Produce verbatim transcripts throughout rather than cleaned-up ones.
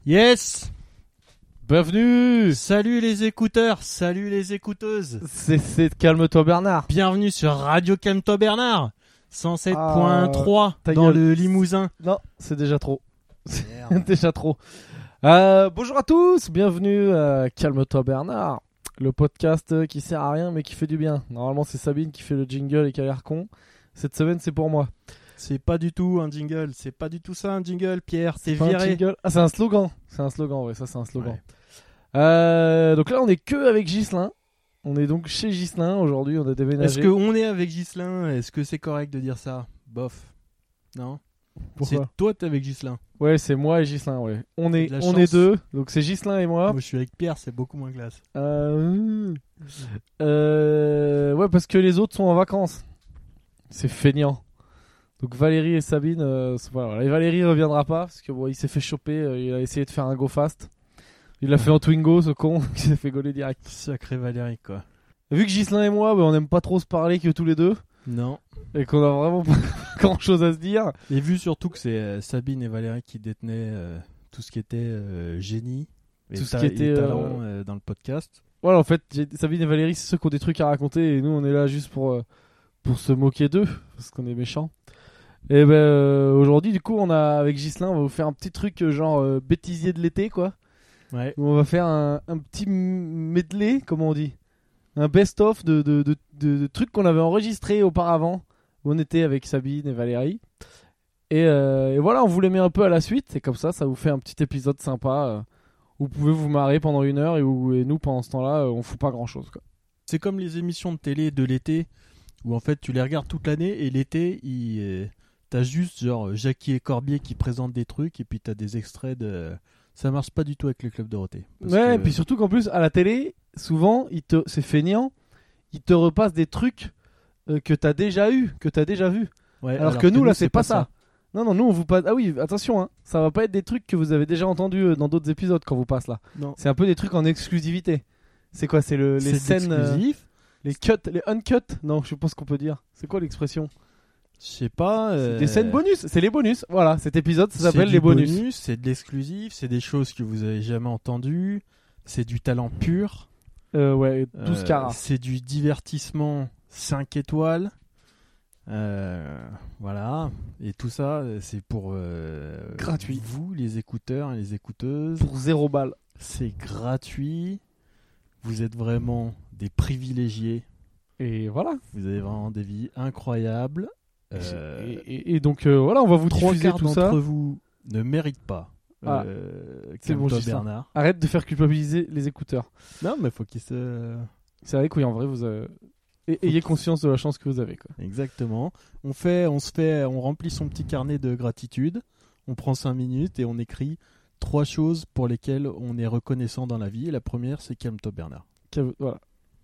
Yes. Bienvenue. Salut les écouteurs, salut les écouteuses. C'est, c'est Calme-toi Bernard. Bienvenue sur Radio Calme-toi Bernard, cent sept virgule trois Ah, dans gueule. le Limousin. Non, c'est déjà trop. C'est déjà trop. Euh, bonjour à tous, bienvenue à Calme-toi Bernard, le podcast qui sert à rien mais qui fait du bien. Normalement c'est Sabine qui fait le jingle et qui a l'air con. Cette semaine c'est pour moi. C'est pas du tout un jingle, c'est pas du tout ça un jingle, Pierre, t'es Pas un viré. jingle. Ah c'est un slogan. C'est un slogan, ouais, ça c'est un slogan. Ouais. Euh, donc là on est que avec Ghislain. On est donc chez Ghislain aujourd'hui, on a déménagé. Est-ce qu'on est avec Ghislain? Est-ce que c'est correct de dire ça? Bof. Non. Pourquoi? C'est toi t'es avec Ghislain. Ouais, c'est moi et Ghislain, ouais. On est, De la on chance. est deux, donc c'est Ghislain et moi. Moi je suis avec Pierre, c'est beaucoup moins classe. Euh... euh, Ouais, parce que les autres sont en vacances. C'est feignant. Donc Valérie et Sabine, euh, sont- voilà. Et Valérie reviendra pas parce que bon, il s'est fait choper. euh, il a essayé de faire un go fast. Il l'a fait en Twingo, ce con. Il s'est fait gauler direct. Sacré Valérie quoi. Vu que Ghislain et moi, bah, on aime pas trop se parler que tous les deux Non. et qu'on a vraiment pas grand chose à se dire. Et vu surtout que c'est euh, Sabine et Valérie qui détenaient euh, tout ce qui était euh, génie, et Tout ce ta- qui était, et euh, talent euh, dans le podcast. Voilà, en fait, j'ai- Sabine et Valérie, c'est ceux qui ont des trucs à raconter et nous, on est là juste pour, euh, pour se moquer d'eux parce qu'on est méchants. Et ben euh, aujourd'hui, du coup, on a avec Ghislain, on va vous faire un petit truc euh, genre euh, bêtisier de l'été, quoi. Ouais. Où on va faire un, un petit medley, comment on dit, un best-of de, de, de, de- de trucs qu'on avait enregistrés auparavant. Où on était avec Sabine et Valérie. Et, euh, et voilà, on vous les met un peu à la suite. Et comme ça, ça vous fait un petit épisode sympa. euh, où vous pouvez vous marrer pendant une heure et, où, et nous, pendant ce temps-là, euh, on fout pas grand-chose, quoi. C'est comme les émissions de télé de l'été où en fait tu les regardes toute l'année et l'été, il, euh, t'as juste genre Jackie et Corbier qui présentent des trucs et puis t'as des extraits de. Ça marche pas du tout avec le Club Dorothée. Parce Ouais, que- et puis surtout qu'en plus, à la télé, souvent, il te... c'est feignant. Ils te repassent des trucs euh, que t'as déjà eu, que t'as déjà vu. Ouais, Alors, que nous, là, c'est pas ça. Non, non, nous, on vous passe. Ah oui, attention, hein. Ça va pas être des trucs que vous avez déjà entendus euh, dans d'autres épisodes quand vous passe là. Non. C'est un peu des trucs en exclusivité. C'est quoi? C'est le, les C'est scènes. euh, exclusif. les cuts, les uncut? Non, je sais pas ce qu'on peut dire. C'est quoi l'expression? Je sais pas. C'est euh, des scènes bonus. C'est les bonus. Voilà, cet épisode, ça c'est s'appelle du les bonus. C'est de l'exclusif. C'est des choses que vous avez jamais entendues. C'est du talent pur. Euh, ouais, douze Euh, carats. C'est du divertissement cinq étoiles. Euh, voilà. Et tout ça, euh, c'est pour euh, Gratuit. vous, les écouteurs et les écouteuses. Pour zéro balle. C'est gratuit. Vous êtes vraiment des privilégiés. Et voilà. Vous avez vraiment des vies incroyables. Euh, Et, et- et donc, euh, voilà, on va vous trois diffuser quarts tout d'entre ça. vous ne méritent pas. Ah, Euh, c'est bon, Calme-toi, Justin. Bernard. Arrête de faire culpabiliser les écouteurs. Non, mais faut qu'ils se. C'est vrai que oui, en vrai, vous avez... et- ayez conscience de la chance que vous avez, quoi. Exactement. On fait, on se fait, on remplit son petit carnet de gratitude. On prend cinq minutes et on écrit trois choses pour lesquelles on est reconnaissant dans la vie. Et la première, c'est Calme-toi, Bernard. Quel- Voilà.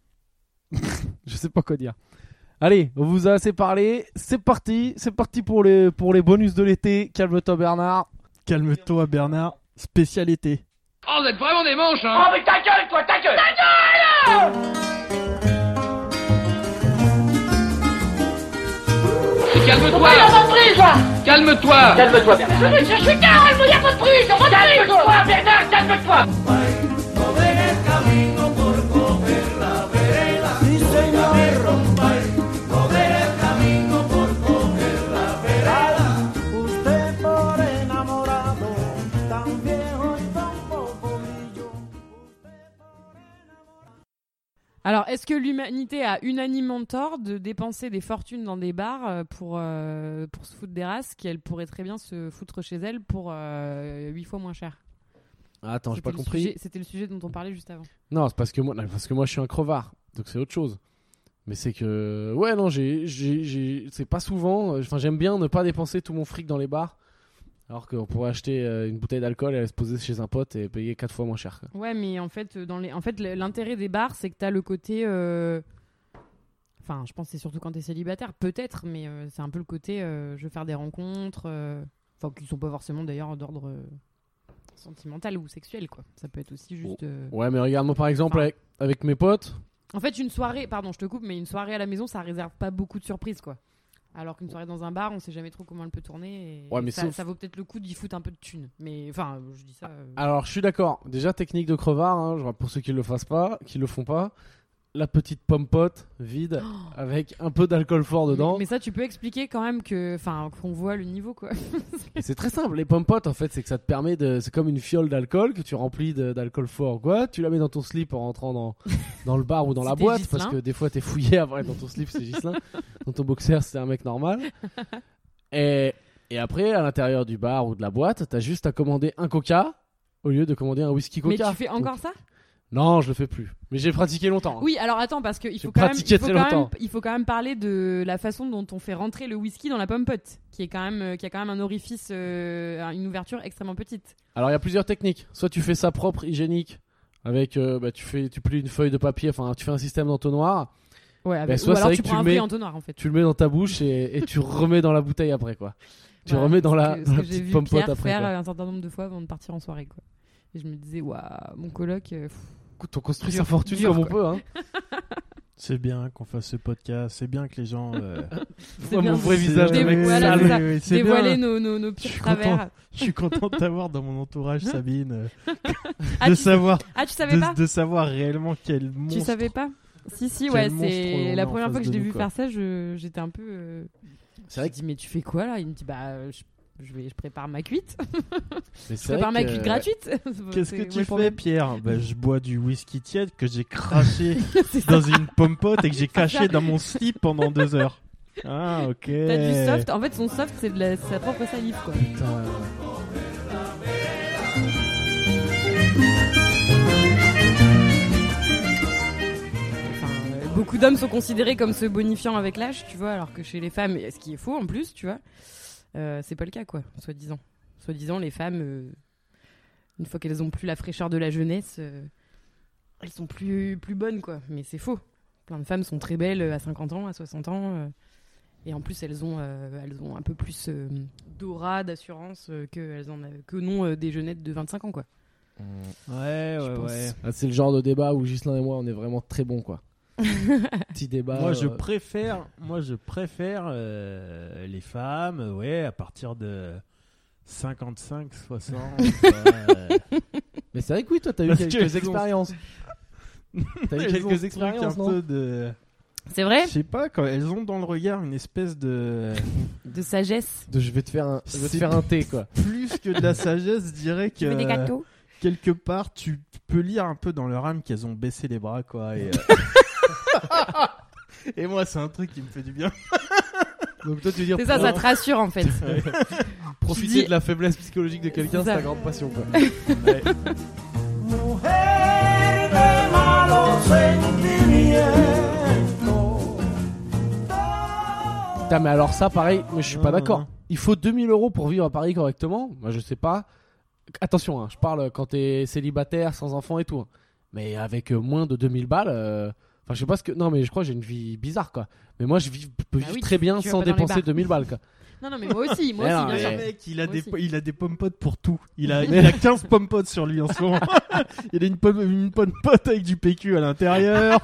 Je sais pas quoi dire. Allez, on vous a assez parlé. C'est parti. C'est parti pour les, pour les bonus de l'été. Calme-toi, Bernard. Calme-toi, Bernard. Spécialité. Oh, vous êtes vraiment des manches, hein. Oh mais ta gueule toi, ta gueule Ta Calme-toi. Y'a pas de prise là Calme-toi. Calme-toi Bernard Je, je suis calme, y'a pas de prise, y'a pas de prise Calme-toi Bernard, calme-toi Alors, est-ce que l'humanité a unanimement tort de dépenser des fortunes dans des bars euh, pour, euh, pour se foutre des races qu'elle pourrait très bien se foutre chez elle pour euh, huit fois moins cher? Attends, j'ai C'était pas le compris. sujet- C'était le sujet dont on parlait juste avant. Non, c'est parce que moi, non, parce que moi, je suis un crevard. Donc c'est autre chose. Mais c'est que, ouais, non, j'ai, j'ai, j'ai... c'est pas souvent. Enfin, j'aime bien ne pas dépenser tout mon fric dans les bars. Alors qu'on pourrait acheter euh, une bouteille d'alcool et aller se poser chez un pote et payer quatre fois moins cher, quoi. Ouais, mais en fait, euh, dans les... en fait, le- l'intérêt des bars, c'est que t'as le côté. euh, Enfin, je pense que c'est surtout quand t'es célibataire, peut-être, mais euh, c'est un peu le côté euh, je veux faire des rencontres. euh, Enfin, qui sont pas forcément d'ailleurs d'ordre euh, sentimental ou sexuel, quoi. Ça peut être aussi juste. euh, Ouais, mais regarde, moi par exemple, Enfin. avec, avec mes potes, En fait, une soirée, pardon, je te coupe, mais une soirée à la maison, ça réserve pas beaucoup de surprises, quoi. Alors qu'une soirée dans un bar, on sait jamais trop comment elle peut tourner. Et Ouais, mais ça, sauf- ça vaut peut-être le coup d'y foutre un peu de thunes. Mais enfin, je dis ça. euh, Alors, je suis d'accord. Déjà, technique de crevard, hein, je vois pour ceux qui le fassent pas, qui le font pas. La petite pomme-pote vide avec un peu d'alcool fort dedans. Mais, mais ça, tu peux expliquer quand même que, enfin, qu'on voit le niveau, quoi. Et c'est très simple. Les pommes-potes, en fait, c'est que ça te permet de. C'est comme une fiole d'alcool que tu remplis de- d'alcool fort, quoi. Tu la mets dans ton slip en rentrant dans, dans le bar ou dans la C'était boîte, Ghislain. parce que des fois, t'es fouillé après dans ton slip, c'est Gislin. Dans ton boxer, c'est un mec normal. Et, et après, à l'intérieur du bar ou de la boîte, t'as juste à commander un coca au lieu de commander un whisky Mais coca. tu fais encore Donc- ça? Non, je le fais plus. Mais j'ai pratiqué longtemps. hein. Oui, alors attends, parce qu'il J'ai faut quand même, pratiqué il faut très quand même, longtemps. il faut quand même parler de la façon dont on fait rentrer le whisky dans la pomme pote, qui est quand même, euh, qui a quand même un orifice, euh, une ouverture extrêmement petite. Alors il y a plusieurs techniques. Soit tu fais ça propre, hygiénique, avec euh, bah, tu fais tu plies une feuille de papier, enfin tu fais un système d'entonnoir, Ouais, avec, soit ou c'est alors vrai tu que prends tu un mets- vrai entonnoir en fait. tu le mets dans ta bouche et, et tu remets dans la bouteille après quoi. Tu Voilà, remets dans ce la, que- dans ce la que j'ai petite vu pomme pote Pierre après. faire quoi. un certain nombre de fois avant de partir en soirée, quoi. Et je me disais, waouh, mon coloc. euh, pff, Écoute, on construit Dur, sa fortune dur, comme on quoi. peut. Hein. C'est bien qu'on fasse ce podcast. C'est bien que les gens. euh, c'est Moi, bien mon vrai de- visage de dé- mec voilà, sale. c'est ça. Oui, oui, c'est dévoiler bien. nos, nos, nos Je pires suis content. travers. Je suis content de t'avoir dans mon entourage, Sabine. euh, Ah, de tu, savoir, ah, tu savais pas de, de savoir réellement quel monstre. Tu savais pas Si, si, Quel ouais, monstre on c'est a la en première face fois que je de l'ai nous, vu quoi. faire ça, je... j'étais un peu. euh, C'est vrai Je me dis, mais tu fais quoi là Il me dit, bah, euh, je, je vais, je prépare ma cuite. Mais Je c'est vrai prépare ma que- cuite gratuite. Qu'est-ce C'est- que ouais, tu le fais, problème. Pierre Bah, je bois du whisky tiède que j'ai craché C'est ça. dans une pomme pote et que j'ai caché dans mon slip pendant deux heures. Ah, ok. T'as du soft. En fait, son soft, c'est de la- c'est sa propre salive, quoi. Putain. Enfin, euh, beaucoup d'hommes sont considérés comme se bonifiant avec l'âge, tu vois, alors que chez les femmes, ce qui est faux en plus, tu vois, euh, c'est pas le cas, quoi, soi-disant. Soi-disant, les femmes, euh, une fois qu'elles ont plus la fraîcheur de la jeunesse, euh, elles sont plus, plus bonnes, quoi. Mais c'est faux. Plein de femmes sont très belles à cinquante ans, à soixante ans. euh, et en plus, elles ont, euh, elles ont un peu plus euh, d'aura, d'assurance euh, que, elles en avaient- que non euh, des jeunettes de vingt-cinq ans, quoi. Ouais, Je ouais, pense. ouais. Ah, c'est le genre de débat où Gislin et moi on est vraiment très bons quoi. Petit débat. Moi, je euh, préfère, moi, je préfère euh, les femmes, euh, ouais, à partir de cinquante-cinq, soixante. ouais. Mais c'est vrai que oui, toi t'as eu Parce quelques qu'elles ont- expériences. T'as eu Elles ont quelques ce expériences, truc un non peu de... C'est vrai Je sais pas, quand elles ont dans le regard une espèce de... De sagesse. De je vais te faire un, je vais te C'est- faire un thé quoi. Plus que de la sagesse, je dirais que... Tu veux des gâteaux quelque part, tu peux lire un peu dans leur âme qu'elles ont baissé les bras, quoi. Et, euh, et moi, c'est un truc qui me fait du bien. Donc toi tu veux dire C'est ça, ça te rassure en fait. profiter tu dis- de la faiblesse psychologique de quelqu'un, C'est c'est ça. ta grande passion quoi. Ouais. Putain, mais alors ça pareil, mais je suis Non, pas non, d'accord. non. Il faut deux mille euros pour vivre à Paris correctement. Moi je sais pas. Attention, hein, je parle quand t'es célibataire, sans enfant et tout. Mais avec euh, moins de deux mille balles, euh, enfin je sais pas ce que. Non mais je crois que j'ai une vie bizarre quoi. Mais moi je vis- peux Bah vivre oui, très tu- bien tu vas sans pas dans les dépenser bars. deux mille balles quoi. Non, non, mais moi aussi, moi Mais aussi, non, bien mais- sûr. Le mec, il a, Moi des, aussi. po- il a des pommes potes pour tout. Il a, il a quinze pommes potes sur lui en ce moment. Il a une pomme, une pomme pote avec du P Q à l'intérieur.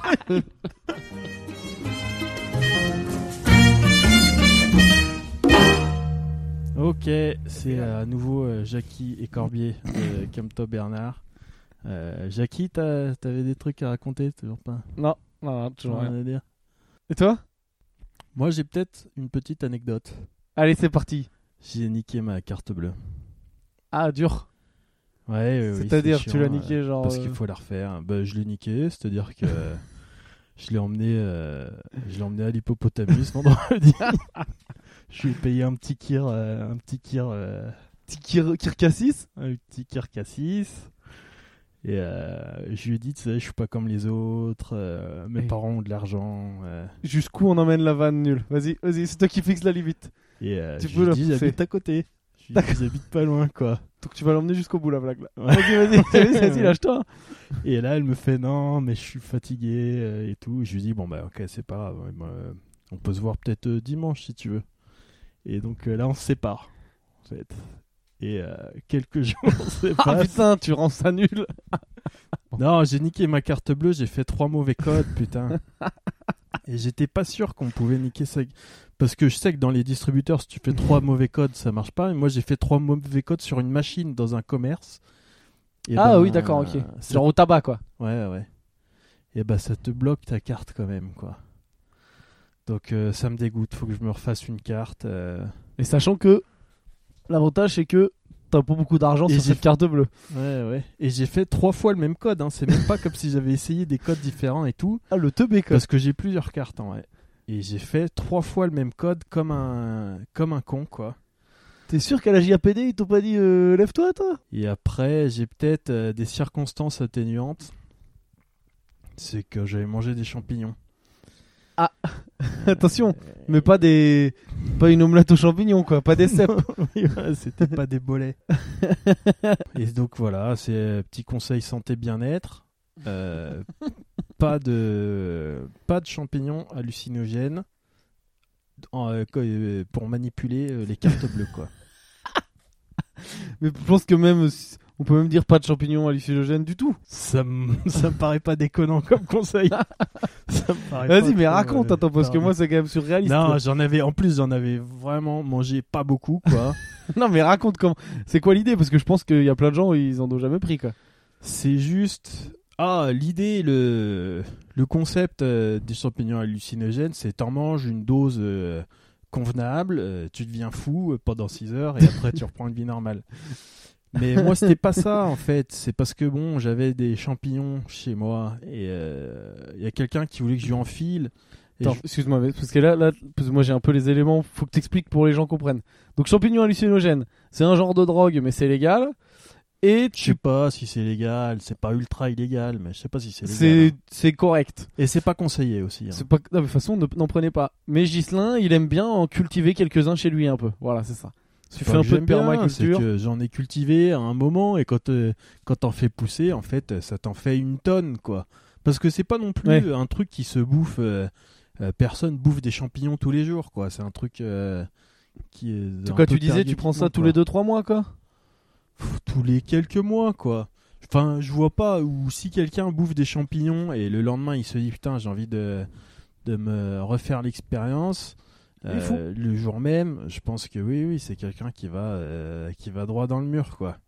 Ok, c'est à nouveau euh, Jackie et Corbier de Camto Bernard. Euh, Jackie, t'as- t'avais des trucs à raconter, toujours pas Non, non, non, toujours Rien rien. à dire. Et toi? Moi, j'ai peut-être une petite anecdote. Allez, c'est parti. J'ai niqué ma carte bleue. Ah, dur. Ouais, ouais, oui, C'est-à-dire, c'est tu chiant, l'as euh, niqué genre. Parce euh, qu'il faut la refaire. Bah, je l'ai niqué, c'est-à-dire que je l'ai emmené, euh, je l'ai emmené à l'hippopotamus vendredi. Je lui ai payé un petit kir, euh, un petit kir, euh, Petit Kir- Kirkassis. un petit kir cassis. Et euh, je lui ai dit, tu sais, je suis pas comme les autres. euh, mes Et- parents ont de l'argent. euh, Jusqu'où on emmène la vanne nulle? Vas-y, vas-y, c'est toi qui fixes la limite. et euh, Tu je peux lui la ai dit, pousser. j'habite à côté. Je lui ai dit, j'habite pas loin, quoi. Donc tu vas l'emmener jusqu'au bout la blague là. Ouais. Vas-y, vas-y, vas-y, vas-y, lâche-toi. Et là, elle me fait non, mais je suis fatigué euh, et tout. Je lui dis bon bah ok, c'est pas grave. ouais, bah, euh, on peut se voir peut-être euh, dimanche si tu veux. Et donc euh, là, on se sépare en fait. Et euh, quelques jours se Ah passent. putain, tu rends ça nul. Non, j'ai niqué ma carte bleue. J'ai fait trois mauvais codes, putain. Et j'étais pas sûr qu'on pouvait niquer ça. Parce que je sais que dans les distributeurs, si tu fais trois mauvais codes, ça marche pas. Et moi, j'ai fait trois mauvais codes sur une machine dans un commerce. Et Ah ben, oui, d'accord, ok. ça- Genre au tabac, quoi. Ouais, ouais. Et bah, ça te bloque ta carte quand même, quoi. Donc, euh, ça me dégoûte. Faut que je me refasse une carte. euh. Et sachant que l'avantage, c'est que t'as pas beaucoup d'argent Et sur j'ai cette carte bleue. Ouais, ouais. Et j'ai fait trois fois le même code. Hein. C'est même pas comme si j'avais essayé des codes différents et tout. Ah, le teubé, quoi. Parce que j'ai plusieurs cartes, en vrai. Et j'ai fait trois fois le même code comme un, comme un con, quoi. T'es sûr qu'à la J A P D, ils t'ont pas dit euh, lève-toi, toi? Et après, j'ai peut-être euh, des circonstances atténuantes. C'est que j'avais mangé des champignons. Attention, Euh, mais pas des. Pas une omelette aux champignons, quoi. Pas des cèpes. Oui, ouais, c'était pas des bolets. Et donc voilà, c'est euh, petit conseil santé bien-être. Euh, pas de pas de champignons hallucinogènes en, euh, co- euh, pour manipuler euh, les cartes bleues, quoi. Mais je pense que même. euh, On peut même dire pas de champignons hallucinogènes du tout. Ça me ça me paraît pas déconnant comme conseil. Ça me paraît Vas-y, pas mais trop, raconte, euh, attends, parce que pardon. moi, c'est quand même surréaliste. Non, j'en avais en plus j'en avais vraiment mangé pas beaucoup, quoi. Non, mais raconte comment. C'est quoi l'idée? Parce que je pense qu'il y a plein de gens, ils en ont jamais pris, quoi. C'est juste ah l'idée le le concept euh, des champignons hallucinogènes, c'est t'en manges une dose euh, convenable, euh, tu deviens fou euh, pendant six heures et après tu reprends une vie normale. Mais moi c'était pas ça en fait, c'est parce que bon j'avais des champignons chez moi et il euh, y a quelqu'un qui voulait que je lui enfile. Et Attends, je- excuse-moi, mais parce que là, là, parce que moi j'ai un peu les éléments, faut que t'expliques pour les gens comprennent. Donc champignons hallucinogènes, c'est un genre de drogue, mais c'est légal. Et Je sais tu, pas si c'est légal, c'est pas ultra illégal, mais je sais pas si c'est légal. c'est, hein. c'est correct. Et c'est pas conseillé aussi. hein. C'est pas, non, mais de toute façon, ne- n'en prenez pas. Mais Ghislain, il aime bien en cultiver quelques-uns chez lui un peu. Voilà, c'est ça. Tu Pas fais un que peu de j'aime bien, permaculture. c'est que j'en ai cultivé à un moment et quand euh, quand t'en fais pousser, en fait, ça t'en fait une tonne, quoi. Parce que c'est pas non plus Ouais. un truc qui se bouffe. euh, euh, personne bouffe des champignons tous les jours, quoi. C'est un truc euh, qui est. C'est un quoi, peu tu disais, tu prends ça tous périodiquement, les deux trois mois, quoi? quoi. Pff, tous les quelques mois, quoi. Enfin, je vois pas où si quelqu'un bouffe des champignons et le lendemain il se dit putain j'ai envie de de me refaire l'expérience. Il est fou. Euh, le jour même, je pense que oui, oui, c'est quelqu'un qui va, euh, qui va droit dans le mur, quoi.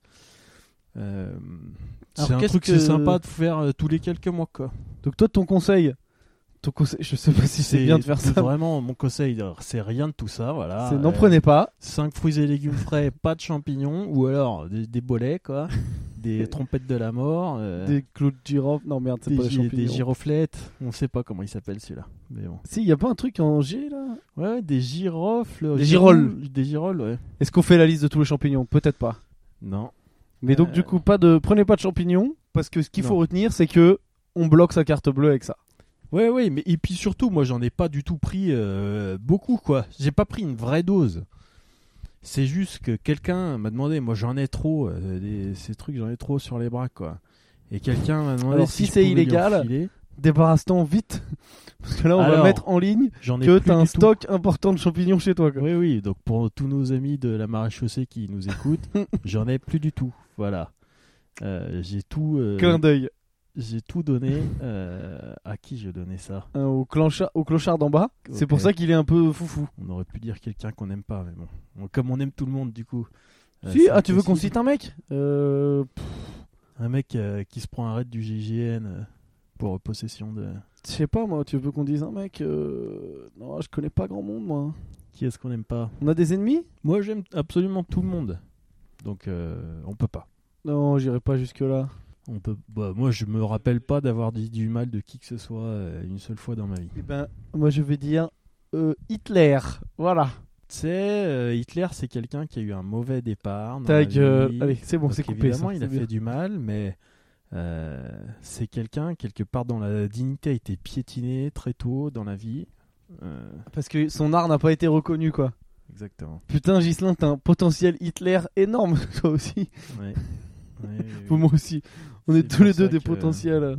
Euh, Alors, c'est un qu'est-ce truc, que- c'est sympa de faire euh, tous les quelques mois, quoi. Donc toi, ton conseil, ton conseil, je sais pas si c'est bien de faire ça. Vraiment, mon conseil, alors, c'est rien de tout ça, voilà. C'est n'en Euh, prenez pas. cinq fruits et légumes frais, pas de champignons, ou alors des, des bolets, quoi. Des trompettes de la mort. euh, Des clous de girofle. Non, merde, c'est des, pas des gi- champignons. des giroflettes. On sait pas comment il s'appelle celui-là. Mais bon. Si, y a pas un truc en G là? Ouais, ouais, des girofles. Des girolles, girolles. Des girolles, ouais. Est-ce qu'on fait la liste de tous les champignons? Peut-être pas. Non. Mais donc Euh. du coup, pas de prenez pas de champignons parce que ce qu'il faut Non. retenir, c'est que on bloque sa carte bleue avec ça. Ouais, ouais, mais et puis surtout, moi, j'en ai pas du tout pris euh, beaucoup, quoi. J'ai pas pris une vraie dose. C'est juste que quelqu'un m'a demandé, moi, j'en ai trop, euh, des- ces trucs, j'en ai trop sur les bras, quoi. Et quelqu'un m'a demandé Alors, si, si je c'est pouvais lui illégal, enfiler. Débarrasse-t'en vite parce que là, on va Alors, mettre en ligne J'en ai que plus t'as un du tout. stock important de champignons chez toi. Quoi. Oui, oui. Donc pour tous nos amis de la maréchaussée qui nous écoutent, j'en ai plus du tout. Voilà. Euh, j'ai tout. euh, Clin d'œil j'ai tout donné. euh, à qui j'ai donné ça? hein, au, clancha- au clochard d'en bas. C'est Ok. pour ça qu'il est un peu foufou. On aurait pu dire quelqu'un qu'on n'aime pas, mais bon. Bon, comme on aime tout le monde, du coup. euh, Si, c'est ah, tu veux qu'on impossible. cite un mec euh, pff, Un mec euh, qui se prend un raid du G I G N euh, pour possession de. Je sais pas, moi, tu veux qu'on dise un mec euh, Non, je connais pas grand monde, moi. Qui est-ce qu'on n'aime pas? On a des ennemis? Moi, j'aime absolument tout le monde. Donc, euh, on peut pas. Non, j'irai pas jusque-là. On peut. Bah, moi, je me rappelle pas d'avoir dit du mal de qui que ce soit euh, une seule fois dans ma vie. Eh ben, moi, je vais dire euh, Hitler. Voilà. Tu sais, euh, Hitler, c'est quelqu'un qui a eu un mauvais départ. dans Ta la gueule. vie. Allez, c'est bon, Donc, c'est coupé. évidemment, ça, il c'est a bien. fait du mal, mais euh, c'est quelqu'un, quelque part, dont la dignité a été piétinée très tôt dans la vie. Euh, Parce que son art n'a pas été reconnu, quoi. exactement. Putain, Ghislain, t'as un potentiel Hitler énorme, toi aussi. Ouais. Ouais, ouais, Pour ouais. moi aussi. On est C'est tous pour les deux ça des que- potentiels.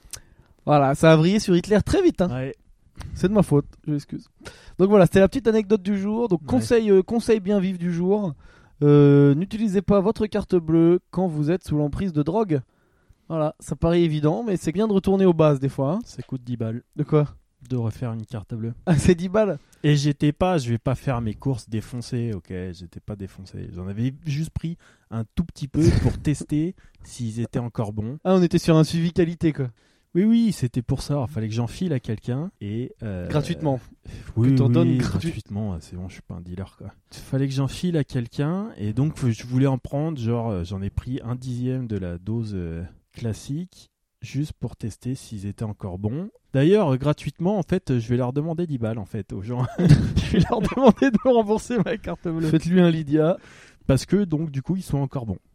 Voilà, ça a vrillé sur Hitler très vite. Hein. Ouais. C'est de ma faute, je m'excuse. Donc voilà, c'était la petite anecdote du jour. Donc Ouais. conseil, euh, conseil bien vif du jour. Euh, N'utilisez pas votre carte bleue quand vous êtes sous l'emprise de drogue. Voilà, ça paraît évident, mais c'est bien de retourner aux bases des fois. Hein. Ça coûte dix balles. De quoi? de refaire une carte bleue. Ah, c'est dix balles. Et j'étais pas, je vais pas faire mes courses défoncées, ok, j'étais pas défoncé. J'en avais juste pris un tout petit peu pour tester s'ils étaient encore bons. Ah, on était sur un suivi qualité, quoi. Oui, oui, c'était pour ça. Il fallait que j'en file à quelqu'un et euh, Gratuitement. Oui, que t'en oui, donnes gratuit- gratuitement. C'est bon, je suis pas un dealer, quoi. Il fallait que j'en file à quelqu'un et donc je voulais en prendre, genre, euh, j'en ai pris un dixième de la dose euh, classique juste pour tester s'ils étaient encore bons. D'ailleurs, euh, gratuitement, en fait, je vais leur demander dix balles, en fait, aux gens. Je vais leur demander de me rembourser ma carte bleue. Faites-lui un Lydia. Parce que, donc, du coup, ils sont encore bons.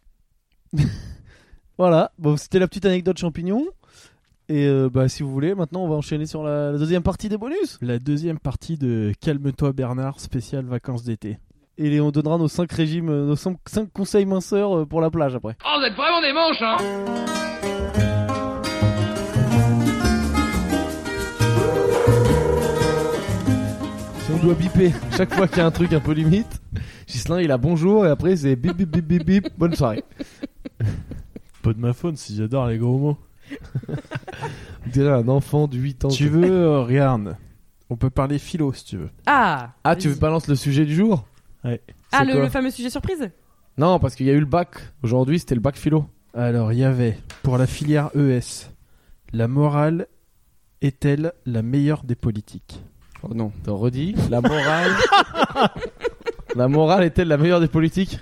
Voilà. Bon, c'était la petite anecdote champignon. Et euh, bah, si vous voulez, maintenant, on va enchaîner sur la, la deuxième partie des bonus. La deuxième partie de Calme-toi Bernard, spécial vacances d'été. Et on donnera nos cinq régimes, euh, nos cinq conseils minceurs euh, pour la plage après. Oh, vous êtes vraiment des manches, hein. Si on doit biper chaque fois qu'il y a un truc un peu limite, Ghislain il a bonjour et après c'est bip bip bip bip bip, bonne soirée. Pas de ma faute si j'adore les gros mots. On dirait un enfant de huit ans. Tu veux, euh, regarde, on peut parler philo si tu veux. Ah Ah, tu veux balancer le sujet du jour? Ouais. Ah, C'est le, quoi le fameux sujet surprise. Non, parce qu'il y a eu le bac. Aujourd'hui, c'était le bac philo. Alors, il y avait, pour la filière E S, la morale est-elle la meilleure des politiques? Oh non. T'en redis. La morale. La morale est-elle la meilleure des politiques?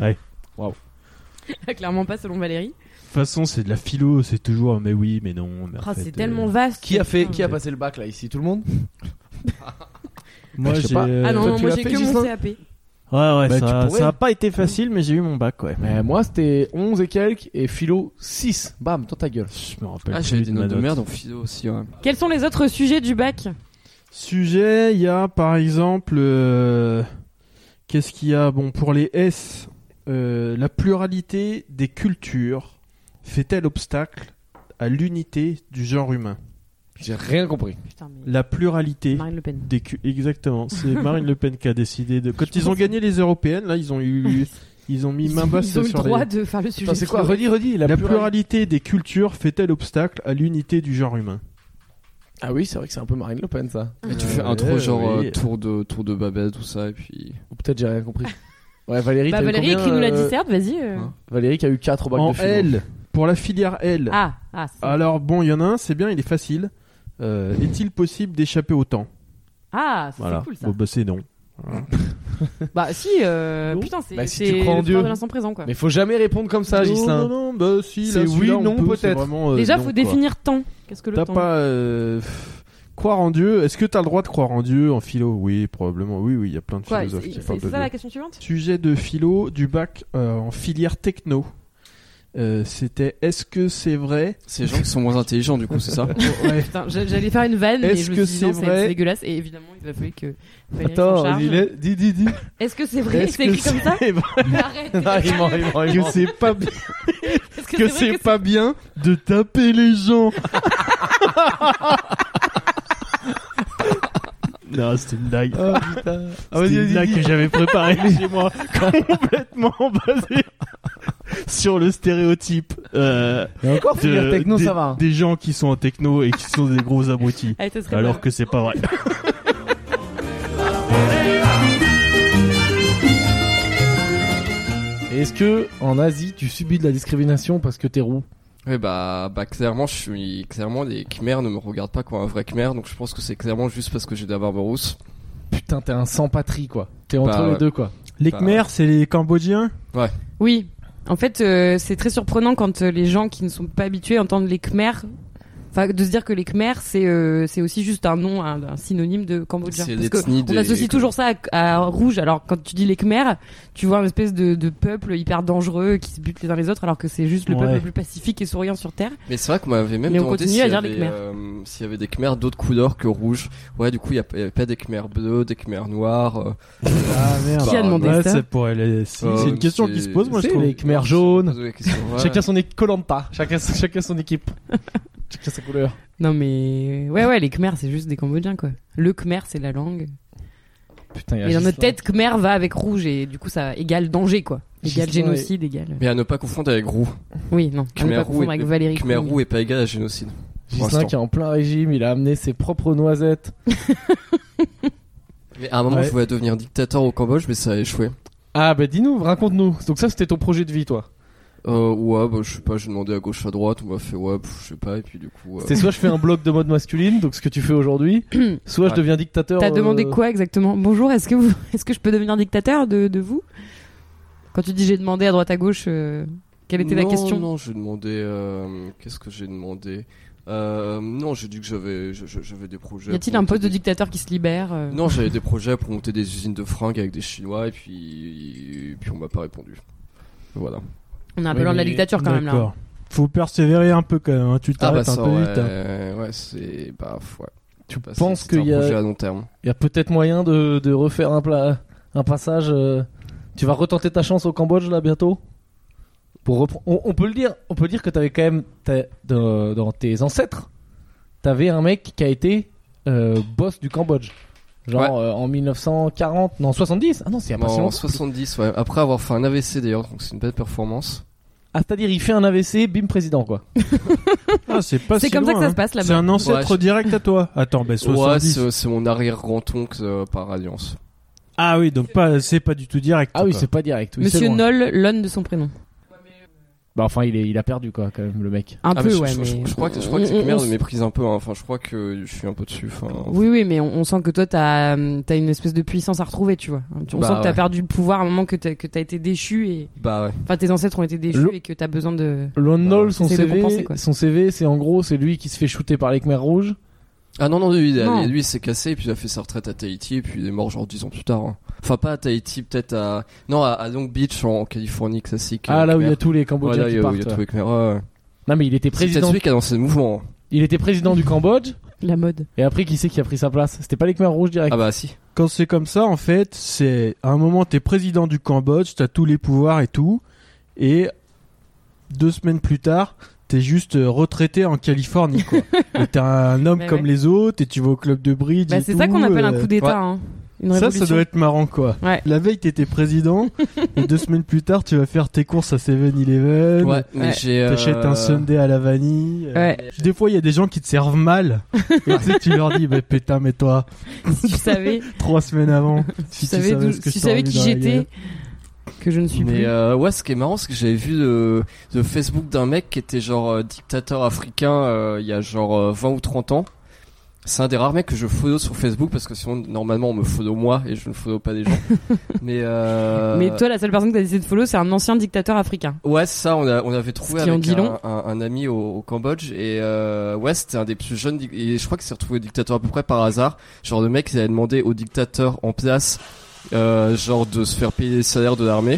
Clairement pas selon Valérie. De toute façon, c'est de la philo, c'est toujours mais oui, mais non. Mais en Ah, fait, c'est euh, tellement vaste. Qui a fait, Putain. qui a passé le bac là ici? Tout le monde? Moi, Je sais j'ai. pas. euh, Ah non, Toi, non tu moi l'as j'ai fait, que mon Ghislain C A P. Ouais, ouais, Bah, tu ça, pourrais. ça a pas été facile, mais j'ai eu mon bac, ouais. Mais moi, c'était onze et quelques et philo six. Bam, dans ta gueule. Je me rappelle Ah, plus j'avais de des ma notes de note. merde en philo aussi, ouais. Quels sont les autres sujets du bac? Sujet, il y a par exemple. euh, Qu'est-ce qu'il y a? Bon, pour les S, euh, la pluralité des cultures fait-elle obstacle à l'unité du genre humain? J'ai rien compris. Putain, mais... La pluralité Marine Le Pen. des cu- exactement, c'est Marine Le Pen qui a décidé de. Quand ils ont gagné les européennes, là, ils ont eu, ils ont mis main basse Ils ont eu le sur droit les. de faire le sujet. Attends, c'est quoi? philo. Redis, redis. La pluralité des cultures fait-elle obstacle à l'unité du genre humain? Ah oui, c'est vrai que c'est un peu Marine Le Pen ça. Et tu Euh, fais intro ouais, genre oui. euh, tour de tour de Babette, tout ça, et puis. Ou peut-être j'ai rien compris. Ouais, Valérie, Bah t'as eu Valérie, combien, écris-nous la euh, disserte, vas-y. euh. Hein Valérie qui a eu quatre au bac En de philo. L, pour la filière L. Ah, ah, c'est- Alors bon, il y en a un, c'est bien, il est facile. Euh, est-il possible d'échapper au temps? ah, ça, Voilà. c'est cool ça. Bon, bah c'est non. Bah si, euh, Non. putain, c'est Bah, si c'est tu crois en le Dieu. pouvoir de l'instant présent quoi. Mais faut jamais répondre comme ça, non, Ghislain. non, non, bah si, C'est là, oui, celui-là, on non, peut, c'est peut-être. vraiment, euh, Déjà, non, faut quoi. définir temps. Qu'est-ce que le T'as temps pas euh, pff, croire en Dieu. Est-ce que t'as le droit de croire en Dieu en philo? Oui, probablement. Oui, oui, il y a plein de Quoi, philosophes c'est qui c'est- parlent c'est de ça Dieu. la question suivante? Sujet de philo du bac euh, en filière techno. Euh, C'était est-ce que c'est vrai? C'est les gens qui sont moins intelligents, du coup, c'est ça? Ouais. Putain, j'a- j'allais faire une vanne, mais Est-ce je me que suis dit non, c'est c'est vrai c'est dégueulasse. Et évidemment, il va falloir que Valérie s'en Attends, charge. dis, dis, dis, dis. Est-ce que c'est vrai? Est-ce C'est que écrit comme ça? c'est vrai Arrête. Ah, il ment, il ment, il que ment. c'est pas bien, Est-ce que vrai c'est pas bien de taper les gens? Non, c'était une blague. Ah putain. Ah, vas-y, C'était une vas-y, blague dis. que j'avais préparée chez moi, complètement basée sur le stéréotype euh, Et encore, de- filière techno, des, ça va. hein. des gens qui sont en techno et qui sont des gros abrutis. Allez, ça serait Alors pas- que c'est pas vrai. Et est-ce que en Asie, tu subis de la discrimination parce que t'es roux? Ouais, bah, bah, clairement, je suis, clairement, les Khmers ne me regardent pas comme un vrai Khmer, donc je pense que c'est clairement juste parce que j'ai de la barbe rousse. Putain, t'es un sans-patrie, quoi. T'es entre Bah, les ouais. deux, quoi. Les Bah, Khmers, c'est les Cambodgiens? Oui. En fait, euh, c'est très surprenant quand euh, les gens qui ne sont pas habitués entendent les Khmers. Enfin, de se dire que les Khmers, c'est euh, c'est aussi juste un nom, un, un synonyme de Cambodgien. C'est Parce que l'ethnie on des- associe toujours ça à, à rouge. Alors, quand tu dis les Khmers, tu vois une espèce de, de peuple hyper dangereux qui se butent les uns les autres, alors que c'est juste le Ouais. peuple le plus pacifique et souriant sur Terre. Mais c'est vrai qu'on m'avait même Mais on demandé continue s'il à y, dire les avait, Khmers. euh, s'il y avait des Khmers d'autres couleurs que rouge. Ouais, du coup, il y, a- il y avait pas des Khmers bleus, des Khmers noirs. euh. Ah merde. Qui a demandé ouais, ça c'est pour elle. Si, Euh, c'est une question c'est- qui se pose, moi je C'est trouve. les Khmers jaunes. Poser la question, ouais. Chacun son équipe Koh-Lanta. Chacun, chacun son équipe. Chacun sa couleur. Non mais ouais ouais les Khmers c'est juste des Cambodgiens quoi. Le Khmer c'est la langue. Putain, il y a Et dans notre Ghislain. tête Khmer va avec rouge et du coup ça égale danger quoi. Égale Ghislain génocide égale. Mais à ne pas confondre avec roux. Oui non. on Khmer va pas roux confondre et- avec Valérie. Khmer Couille. roux est pas égal à génocide. Gislain l'instant. qui est en plein régime, il a amené ses propres noisettes. Mais à un moment, Ouais. je voulais devenir dictateur au Cambodge, mais ça a échoué. Ah bah dis-nous, raconte-nous. Donc ça c'était ton projet de vie toi. Euh, ouais, bah, je sais pas, j'ai demandé à gauche, à droite, on m'a fait ouais, pff, je sais pas, et puis du coup. euh, C'était soit je fais un blog de mode masculine, donc ce que tu fais aujourd'hui, soit je Ouais. deviens dictateur. T'as euh, demandé quoi exactement? Bonjour, est-ce que vous, est-ce que je peux devenir dictateur de, de vous? Quand tu dis j'ai demandé à droite à gauche, euh, quelle était la non, question? Non, j'ai demandé. euh, Qu'est-ce que j'ai demandé euh, Non, j'ai dit que j'avais, je- je- j'avais des projets. Y a-t-il pour un monter poste de des- dictateur qui se libère? euh Non, j'avais des projets pour monter des usines de fringues avec des Chinois, et puis, et puis on m'a pas répondu. Voilà. On est un peu Oui, loin de la mais- dictature quand même là. D'accord. Faut persévérer un peu quand même. Hein. Tu Ah bah t'arrêtes ça, un peu ouais, vite. hein. ouais, c'est bah ouais. Tu Bah, penses c'est- c'est qu'il y un projet a, à long terme. il y a peut-être moyen de, de refaire un, pla- un passage. euh, Tu vas retenter ta chance au Cambodge là bientôt. Pour repre- on, on peut le dire, on peut dire que t'avais quand même t'as- dans, dans tes ancêtres, t'avais un mec qui a été euh, boss du Cambodge. Genre Ouais. euh, en mille neuf cent quarante, non soixante-dix. Ah non, c'est il y a pas si En longtemps. soixante-dix, ouais. Après avoir fait un A V C d'ailleurs, donc c'est une belle performance. Ah, c'est-à-dire il fait un A V C, bim président quoi. Ah, c'est pas C'est si comme ça loin, que ça hein. se passe C'est là-bas. un ancêtre Ouais, je- direct à toi. Attends, ben Ouais, soixante-dix. c'est c'est mon arrière-grand-oncle euh, par alliance. Ah oui, donc pas, c'est pas du tout direct. Ah oui, quoi. c'est pas direct. Oui, c'est Monsieur loin. Noll, l'on de son prénom. Bah enfin, il, est, il a perdu quoi quand même le mec. Un Ah, peu, mais je, ouais. je, je- mais... je crois que, je crois que on- cette on- merde on- me méprise un peu. hein. Enfin, je crois que je suis un peu dessus. Enfin, Oui, oui, mais on, on sent que toi, t'as as une espèce de puissance à retrouver, tu vois. On Bah, sent que t'as ouais. perdu le pouvoir à un moment que t'as que t'as été déchu et. Bah ouais. Enfin, tes ancêtres ont été déchus Le- et que t'as besoin de. Lone Bah, Nol, son essaye de C V, compenser, quoi. son C V, c'est en gros, c'est lui qui se fait shooter par les Khmers rouges. Ah non, non, lui, il, a- Non. lui il s'est cassé et puis il a fait sa retraite à Tahiti et puis il est mort genre dix ans plus tard. hein. Enfin, pas à Tahiti, peut-être à. Non, à, à Long Beach en, en Californie, classique. Ah euh, là où il y a Khmer. tous les Cambodgiens Voilà, il y qui a, partent. il y a ouais. tous les Khmer. Ouais, ouais. Non mais il était C'est peut-être président. celui qui a lancé le mouvement. hein. Il était président du Cambodge. La mode. Et après, qui c'est qui a pris sa place? C'était pas les Khmers rouges direct. Ah bah si. Quand c'est comme ça, en fait, c'est à un moment, t'es président du Cambodge, t'as tous les pouvoirs et tout, et deux semaines plus tard, t'es juste euh, retraité en Californie, quoi. Et t'es un homme Mais comme ouais. les autres, et tu vas au club de bridge. Bah, et c'est tout, ça qu'on appelle un euh, coup d'état, ouais. hein. Une Ça, révolution. ça doit être marrant, quoi. Ouais. La veille, t'étais président, et deux semaines plus tard, tu vas faire tes courses à seven eleven. Ouais, mais Ouais. j'ai. euh, T'achètes un sundae à la vanille. euh, Ouais. Des fois, il y a des gens qui te servent mal. Et tu sais, tu leur dis, bah, putain, mais toi, Si tu savais, trois semaines avant, si si tu savais, d'où- ce que si je tu savais t'aurais qui mis dans la j'étais, gueule. que je ne suis Mais plus. euh, ouais, ce qui est marrant, c'est que j'avais vu le, le Facebook d'un mec qui était genre euh, dictateur africain euh, il y a genre euh, vingt ou trente ans. C'est un des rares mecs que je follow sur Facebook parce que sinon normalement on me follow moi et je ne follow pas des gens. Mais euh... Mais toi, la seule personne que t'as décidé de follow, c'est un ancien dictateur africain. Ouais, c'est ça, on, a, on avait trouvé Ce qui en avec dit un, long. un, un ami au, au Cambodge et euh, ouais, c'était un des plus jeunes dic- et je crois qu'il s'est retrouvé dictateur à peu près par hasard. Genre le mec il avait demandé au dictateur en place euh, genre de se faire payer les salaires de l'armée.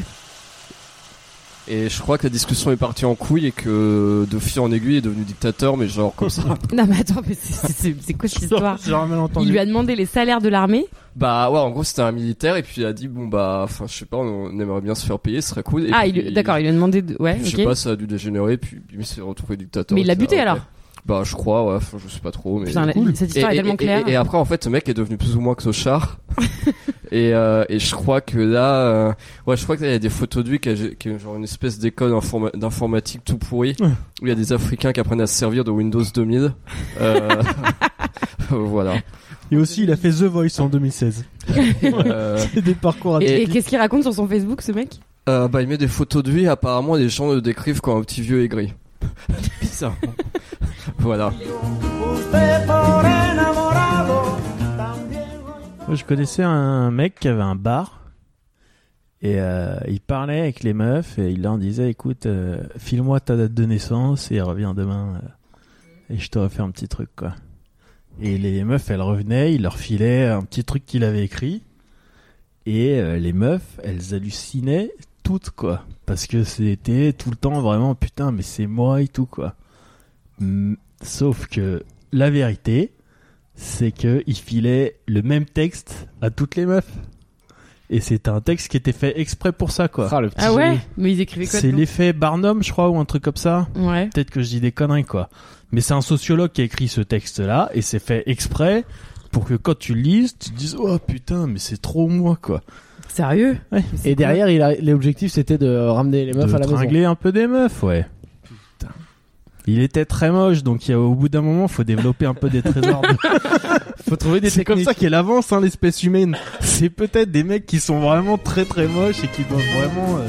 Et je crois que la discussion est partie en couille et que de fil en aiguille il est devenu dictateur, mais genre comme ça. Non, mais attends, mais c'est- c'est c'est quoi cette histoire? J'ai mal entendu. Il lui a demandé les salaires de l'armée. Bah ouais, en gros c'était un militaire et puis il a dit bon bah, enfin je sais pas, on aimerait bien se faire payer, ce serait cool. Et Ah, puis, il lui- d'accord, il lui a demandé de... Ouais, Je ok. sais pas, ça a dû dégénérer, puis il s'est retrouvé dictateur. Mais il l'a et cetera. buté, Ok. alors? Bah je crois, ouais, enfin, je sais pas trop, mais. Putain, la- cool. cette histoire et, est tellement et- claire. et- et après en fait ce mec est devenu plus ou moins clochard et, euh, et je crois que là euh, ouais je crois que là il y a des photos de lui qui a, qui a genre une espèce d'école informa- d'informatique tout pourri Ouais. où il y a des Africains qui apprennent à se servir de Windows deux mille euh, voilà Et aussi, il a fait The Voice en deux mille seize. euh, C'est des parcours Et, et atypiques. qu'est-ce qu'il raconte sur son Facebook, ce mec? euh, bah il met des photos de lui et apparemment les gens le décrivent comme un petit vieux aigri bizarre voilà. Moi, je connaissais un mec qui avait un bar et euh, il parlait avec les meufs et il leur disait écoute, euh, file-moi ta date de naissance et reviens demain euh, et je te refais un petit truc quoi. Et les meufs elles revenaient, il leur filait un petit truc qu'il avait écrit et euh, les meufs elles hallucinaient toutes quoi parce que c'était tout le temps vraiment putain mais c'est moi et tout quoi. Mm, sauf que la vérité c'est que il filait le même texte à toutes les meufs. Et c'était un texte qui était fait exprès pour ça, quoi. Ah, le petit Ah ouais? génie. Mais ils écrivaient quoi? C'est dedans l'effet Barnum, je crois, ou un truc comme ça. Ouais. Peut-être que je dis des conneries, quoi. Mais c'est un sociologue qui a écrit ce texte-là, et c'est fait exprès pour que quand tu le lises, tu te dises, oh putain, mais c'est trop moi, quoi. Sérieux? Ouais. Mais c'est Et derrière, il a, l'objectif c'était de ramener les meufs De à la maison. tringler un peu des meufs, ouais. Il était très moche, donc il y a, au bout d'un moment, faut développer un peu des trésors. De... Faut trouver des C'est comme techniques. ça qu'elle avance, hein, l'espèce humaine. C'est peut-être des mecs qui sont vraiment très très moches et qui doivent vraiment.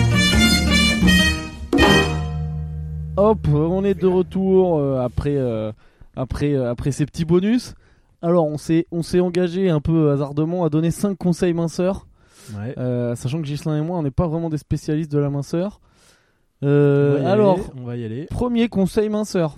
Euh... Hop, on est de retour euh, après, euh, après, euh, après ces petits bonus. Alors, on s'est, on s'est engagé un peu hasardement à donner cinq conseils minceurs. Ouais. Euh, sachant que Ghislain et moi, on n'est pas vraiment des spécialistes de la minceur. On Euh, va y alors, aller, on va y aller. premier conseil minceur.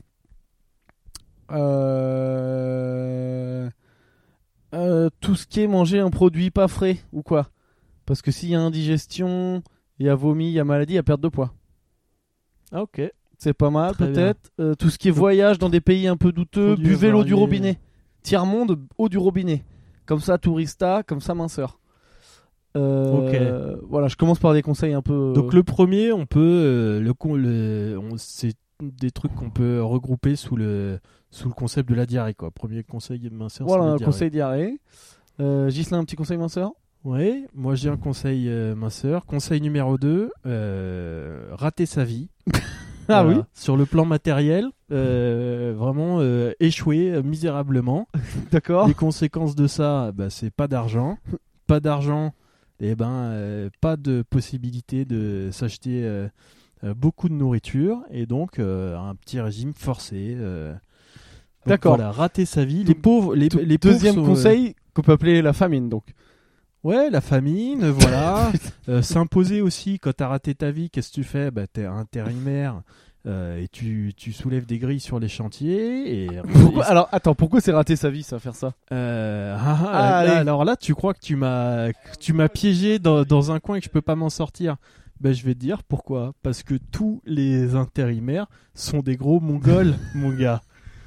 Euh... Euh, tout ce qui est manger un produit pas frais ou quoi. Parce que s'il y a indigestion, il y a vomi, il y a maladie, il y a perte de poids. Ah, ok. C'est pas mal, Très peut-être. Euh, tout ce qui est voyage dans des pays un peu douteux, Produits buvez l'eau du variés. robinet. Tiers-monde, eau du robinet. Comme ça, tourista, comme ça, minceur. Euh, Voilà, je commence par des conseils un peu. Donc le premier, on peut euh, le, con- le on, c'est des trucs qu'on peut regrouper sous le sous le concept de la diarrhée, quoi. Premier conseil minceur. Voilà, c'est la un diarrhée. conseil diarrhée. Euh, Ghislain, un petit conseil minceur. Ouais, moi j'ai un conseil euh, minceur. Conseil numéro deux, euh, rater sa vie. Ah Voilà. oui. Sur le plan matériel, euh, vraiment euh, échouer euh, misérablement. D'accord. Les conséquences de ça, bah, c'est pas d'argent. Pas d'argent, et ben euh, pas de possibilité de s'acheter euh, euh, beaucoup de nourriture et donc euh, un petit régime forcé. euh. Donc, D'accord. Voilà, rater sa vie. Les pauvres, les, les pauvres Deuxième sont, euh, conseil qu'on peut appeler la famine, donc. Ouais, la famine, voilà. Euh, s'imposer aussi, quand t'as raté ta vie, qu'est-ce que tu fais? Bah, t'es intérimaire euh, et tu, tu soulèves des grilles sur les chantiers. Et, Pourquoi- et- alors, attends, pourquoi c'est rater sa vie, ça, faire ça? euh, ah, ah, Ah, là, allez. alors là, tu crois que tu m'as, que tu m'as piégé dans, dans un coin et que je peux pas m'en sortir? Ben, je vais te dire pourquoi. Parce que tous les intérimaires sont des gros mongols, mon gars.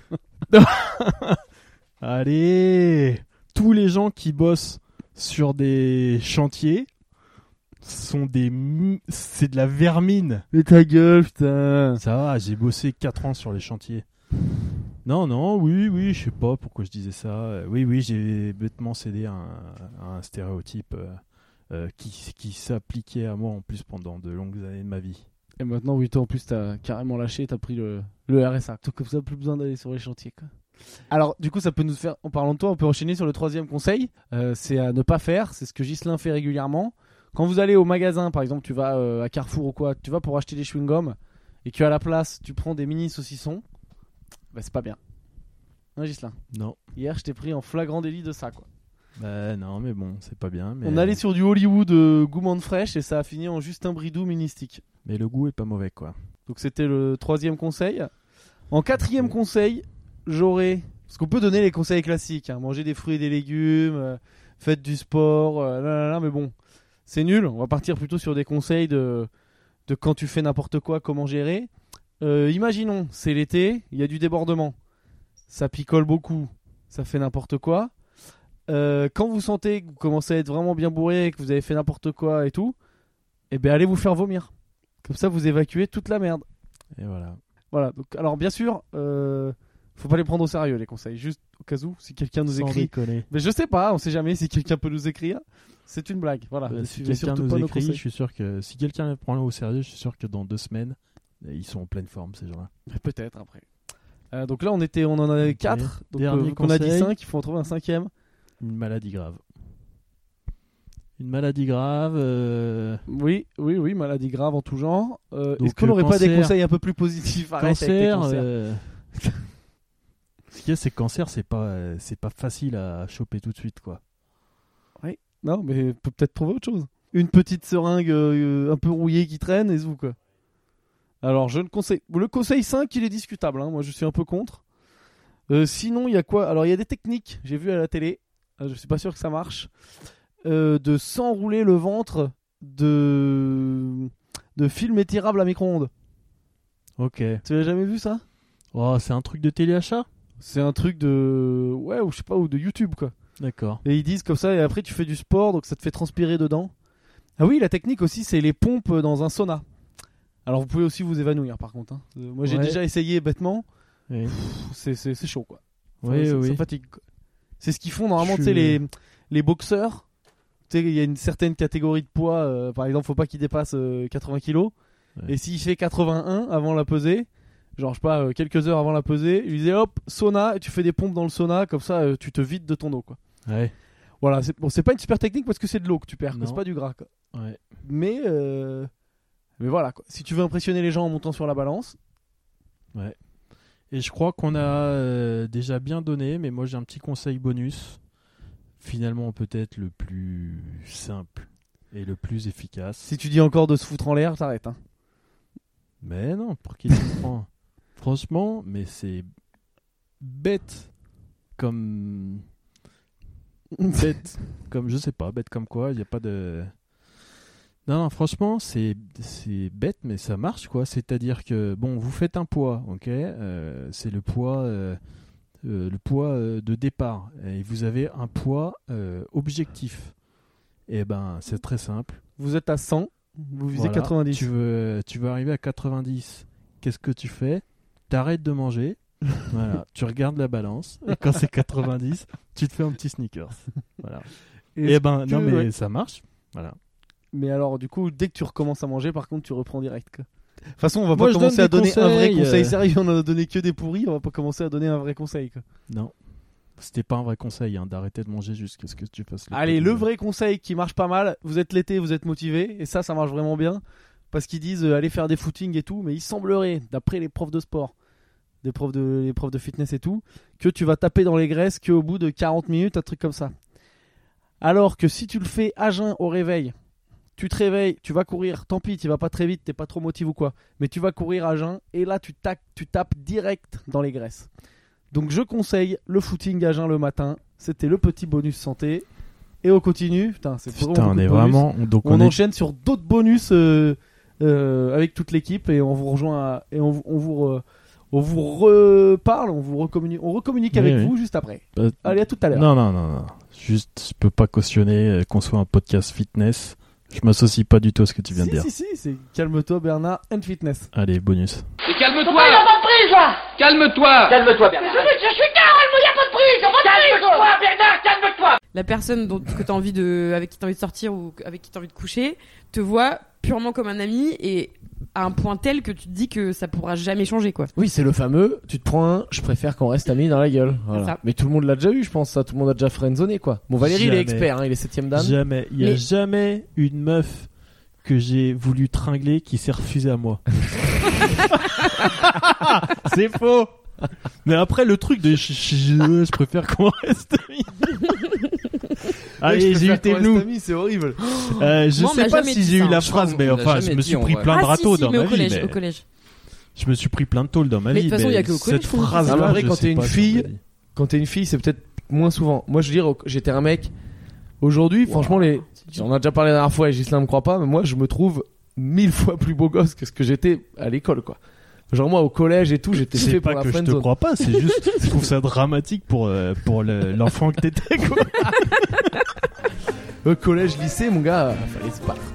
Allez, tous les gens qui bossent sur des chantiers sont des mu- c'est de la vermine. Mais ta gueule, putain. Ça va, j'ai bossé quatre ans sur les chantiers. Non, non, oui, oui, je sais pas pourquoi je disais ça. Euh, Oui, oui, j'ai bêtement cédé à un, à un stéréotype euh, euh, qui, qui s'appliquait à moi en plus pendant de longues années de ma vie. Et maintenant, oui, toi, en plus, t'as carrément lâché, t'as pris le, le R S A. Donc, comme ça, plus besoin d'aller sur les chantiers, quoi. Alors, du coup, ça peut nous faire, en parlant de toi, on peut enchaîner sur le troisième conseil. Euh, c'est à ne pas faire. C'est ce que Ghislain fait régulièrement. Quand vous allez au magasin, par exemple, tu vas euh, à Carrefour ou quoi, tu vas pour acheter des chewing-gums et que à la place, tu prends des mini saucissons, bah, c'est pas bien. Hein, Ghislain? Non. Hier, je t'ai pris en flagrant délit de ça, quoi. Bah non, mais bon, c'est pas bien. Mais, On allait sur du Hollywood euh, gourmand fraîche et ça a fini en Justin Bridou mini stick. mais le goût est pas mauvais, quoi. Donc c'était le troisième conseil. En quatrième conseil, j'aurais... Parce qu'on peut donner les conseils classiques. Hein. Manger des fruits et des légumes, euh, faites du sport, euh, là, là, là, mais bon, c'est nul. On va partir plutôt sur des conseils de, de quand tu fais n'importe quoi, comment gérer. Euh, imaginons, c'est l'été, il y a du débordement. Ça picole beaucoup, ça fait n'importe quoi. Euh, quand vous sentez que vous commencez à être vraiment bien bourré, que vous avez fait n'importe quoi et tout, eh ben allez vous faire vomir. Comme ça, vous évacuez toute la merde. Et voilà. Voilà. Donc, alors bien sûr, euh, faut pas les prendre au sérieux les conseils. Juste au cas où, si quelqu'un nous Sans écrit. déconner. Mais je sais pas, on sait jamais si quelqu'un peut nous écrire. C'est une blague. Voilà. Euh, Ne si suivez quelqu'un surtout nous pas nos écrit, je conseils. suis sûr que si quelqu'un les prend au sérieux, je suis sûr que dans deux semaines, ils sont en pleine forme, ces gens-là. Peut-être après. Euh, donc là, on était, on en avait Ok. quatre. Donc Dernier euh, on a dit conseil. cinq. Il faut en trouver un cinquième. Une maladie grave. Une maladie grave. euh, Oui, oui, oui, maladie grave en tout genre. Euh, Donc, Est-ce qu'on euh, n'aurait pas des cancer- conseils un peu plus positifs? Arrête avec tes Cancer. cancers. euh, Ce qu'il y a, c'est que cancer, c'est pas, euh, c'est pas facile à choper tout de suite, quoi. Non, mais peut peut-être trouver autre chose. Une petite seringue euh, un peu rouillée qui traîne et zou, quoi. Alors, je ne conseille. Le conseil cinq, il est discutable. Hein. Moi, je suis un peu contre. Euh, sinon, il y a quoi? Alors, il y a des techniques. J'ai vu à la télé. Euh, je suis pas sûr que ça marche. Euh, de s'enrouler le ventre de de film étirable à micro-ondes. Ok. Tu l'as jamais vu ça? Oh, c'est un truc de téléachat? C'est un truc de ouais ou je sais pas ou de YouTube quoi. D'accord. Et ils disent comme ça et après tu fais du sport donc ça te fait transpirer dedans. Ah oui, la technique aussi c'est les pompes dans un sauna. Alors vous pouvez aussi vous évanouir par contre. Hein. Euh, moi j'ai Ouais. déjà essayé bêtement. Oui, Pff, c'est c'est c'est chaud quoi. oui. ça, oui. ça fatigue. Quoi. C'est ce qu'ils font normalement Je tu sais suis- les les boxeurs. Tu sais il y a une certaine catégorie de poids. Euh, par exemple faut pas qu'il dépasse euh, quatre-vingts kilos. Ouais. Et s'il fait quatre-vingt-un avant la pesée, genre je sais pas, euh, quelques heures avant la pesée, il lui disait hop, sauna, et tu fais des pompes dans le sauna, comme ça euh, tu te vides de ton eau, quoi. Ouais. Voilà, c'est, bon, c'est pas une super technique parce que c'est de l'eau que tu perds, quoi, Non. c'est pas du gras, quoi. Ouais. Mais, euh, mais voilà, quoi. Si tu veux impressionner les gens en montant sur la balance, Et je crois qu'on a euh, déjà bien donné, mais moi j'ai un petit conseil bonus. Finalement, peut-être le plus simple et le plus efficace. si tu dis encore de se foutre en l'air, t'arrêtes. Hein. Mais non, pour qui tu le prends Franchement, mais c'est bête comme. Bête comme, je sais pas, bête comme quoi, il n'y a pas de. Non, non, franchement, c'est, c'est bête, mais ça marche, quoi. C'est-à-dire que, bon, vous faites un poids, ok euh, c'est le poids, euh, euh, le poids euh, de départ. Et vous avez un poids euh, objectif. Et ben, c'est très simple. Vous êtes à cent, vous visez Voilà. quatre-vingt-dix. Tu veux, tu veux arriver à quatre-vingt-dix. Qu'est-ce que tu fais ? T'arrêtes de manger. Voilà. Tu regardes la balance. Et quand c'est quatre-vingt-dix, tu te fais un petit sneakers. Voilà. Et, ben, non, que- mais ouais. ça marche. Voilà. Mais alors, du coup, dès que tu recommences à manger, par contre, tu reprends direct, quoi. De toute façon, on va Moi, pas je commencer donne à des donner un vrai conseils, conseil euh. sérieux. On en a donné que des pourris. On va pas commencer à donner un vrai conseil, quoi. Non. C'était pas un vrai conseil hein, d'arrêter de manger jusqu'à ce que tu fasses le Allez, poids le du- vrai conseil qui marche pas mal. Vous êtes l'été, vous êtes motivé, et ça, ça marche vraiment bien. Parce qu'ils disent euh, allez faire des footings et tout, mais il semblerait, d'après les profs de sport, des profs de, les profs de fitness et tout, que tu vas taper dans les graisses qu'au bout de quarante minutes, un truc comme ça. Alors que si tu le fais à jeun au réveil, tu te réveilles, tu vas courir, tant pis, tu vas pas très vite, t'es pas trop motivé ou quoi, mais tu vas courir à jeun, et là tu, tac, tu tapes direct dans les graisses. Donc je conseille le footing à jeun le matin, c'était le petit bonus santé, et on continue, putain, c'est vraiment Putain, beaucoup on de est bonus. vraiment. Donc On, on, est. enchaîne sur d'autres bonus euh, euh, avec toute l'équipe et on vous rejoint à- et on, vous- on vous re- on vous reparle, on vous recommunique, on recommunique Oui, avec oui. vous juste après. Euh, Allez, à tout à l'heure. Non, non, non, non. Juste, je peux pas cautionner euh, qu'on soit un podcast fitness. Je m'associe pas du tout à ce que tu viens si, de dire. si, si, c'est calme-toi Bernard and fitness. Allez, bonus. Et Faut calme-toi. pas y avoir pas de prise, là. Calme-toi. Calme-toi, Bernard. Je, je suis calme, y a pas de prise, y a pas de prise. Calme-toi, Bernard, calme-toi. La personne dont, que t'as envie de, avec qui t'as envie de sortir ou avec qui t'as envie de coucher te voit purement comme un ami et à un point tel que tu te dis que ça pourra jamais changer, quoi. Oui, c'est le fameux. Tu te prends un. Je préfère qu'on reste amis dans la gueule. Voilà. Ça. Mais tout le monde l'a déjà eu, je pense. Ça, tout le monde a déjà friendzoné, quoi. Bon, Valérie, il est Jamais. expert. Hein, il est septième dame. Jamais. Il y a Mais- jamais une meuf que j'ai voulu tringler qui s'est refusée à moi. C'est faux. Mais après, le truc de je, je- je- je préfère qu'on reste amis. Allez, j'ai eu tes loups. C'est horrible. Euh, je Moi, on sais m'a pas jamais si dit j'ai ça, eu la hein. phrase, Je mais crois qu'on enfin, l'a je jamais me dit, suis en pris vrai. plein de Ah, si, râteaux si, dans mais ma au collège, vie. mais- au collège. Je me suis pris plein de tôles dans ma Mais vie. de toute façon, il y a mais que au collège cette qu'on dit ça. phrase Non, mais en vrai, quand t'es une fille- dit. Quand t'es une fille, c'est peut-être moins souvent. Moi, je veux dire, j'étais un mec. Aujourd'hui, franchement, les. On a déjà parlé la dernière fois et Gislain me croit pas, mais moi, je me trouve mille fois plus beau gosse que ce que j'étais à l'école, quoi. Genre, moi, au collège et tout, j'étais fait C'est pour pas la que je te friendzone. crois pas, c'est juste, je trouve ça dramatique pour, euh, pour le- l'enfant que t'étais, quoi. Au collège, lycée, mon gars, euh, fallait se battre.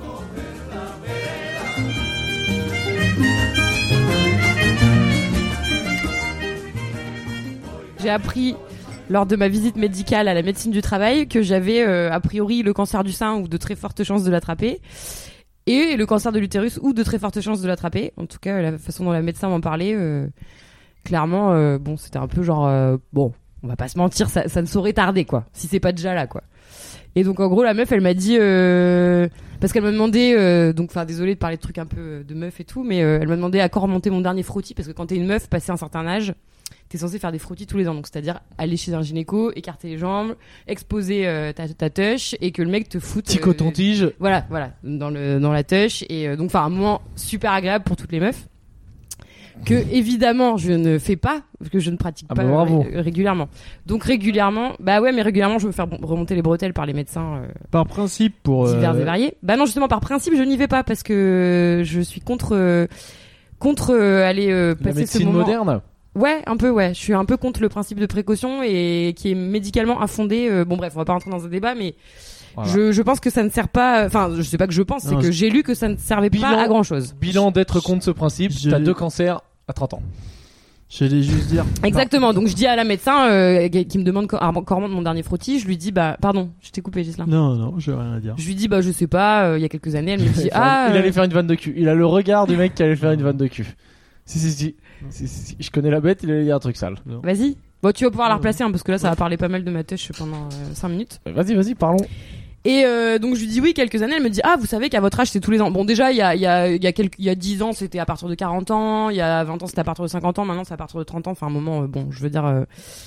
J'ai appris lors de ma visite médicale à la médecine du travail que j'avais euh, a priori le cancer du sein ou de très fortes chances de l'attraper et le cancer de l'utérus ou de très fortes chances de l'attraper. En tout cas, la façon dont la médecin m'en parlait, euh, clairement, euh, bon, c'était un peu genre, euh, bon, on va pas se mentir, ça, ça ne saurait tarder, quoi, si c'est pas déjà là, quoi. Et donc, en gros, la meuf, elle m'a dit, euh, parce qu'elle m'a demandé, euh, donc, enfin, désolée de parler de trucs un peu euh, de meuf et tout, mais euh, elle m'a demandé à quand remonter mon dernier frottis, parce que quand t'es une meuf, passé un certain âge, t'es censé faire des frottis tous les ans, donc c'est-à-dire aller chez un gynéco, écarter les jambes, exposer euh, ta, ta touche, et que le mec te foute. Petit euh, coton-tige. Voilà, voilà, dans le dans la touche, et euh, donc, enfin, un moment super agréable pour toutes les meufs. Que évidemment je ne fais pas, parce que je ne pratique Ah pas bah bravo. euh, régulièrement. Donc régulièrement, bah ouais, mais régulièrement je veux faire bon- remonter les bretelles par les médecins euh, Par principe, pour. euh, divers et variés. Bah non, justement par principe je n'y vais pas parce que je suis contre euh, contre euh, aller euh, La passer ce médecine moment. moderne. Ouais, un peu, ouais. Je suis un peu contre le principe de précaution et qui est médicalement infondé. euh, bon bref, on va pas rentrer dans un débat, mais Voilà. je je pense que ça ne sert pas. Enfin, je sais pas que je pense, c'est Non, que je- j'ai lu que ça ne servait Bilan- pas à grand chose. Bilan d'être contre ce principe. Je- T'as deux cancers à trente ans. J'allais juste dire. Exactement. Donc je dis à la médecin euh, qui me demande quand quand remonte mon dernier frottis, je lui dis bah pardon, je t'ai coupé Gislain. Non, non, j'ai rien à dire. Je lui dis bah je sais pas, euh, il y a quelques années, elle me dit ah il euh, allait faire une vanne de cul. Il a le regard du mec qui allait faire une vanne de cul. Si, si, si. si, si, si. Je connais la bête, il y a un truc sale. Non. Vas-y. Bon, tu vas pouvoir la replacer hein, parce que là, ça va parler pas mal de ma tâche pendant cinq minutes. Vas-y, vas-y, parlons. Et euh, donc je lui dis oui quelques années, elle me dit ah vous savez qu'à votre âge c'est tous les ans. Bon déjà il y a il y a il y a quelques il y a dix ans c'était à partir de quarante ans, il y a vingt ans c'était à partir de cinquante ans, maintenant c'est à partir de trente ans. Enfin un moment euh, bon je veux dire euh,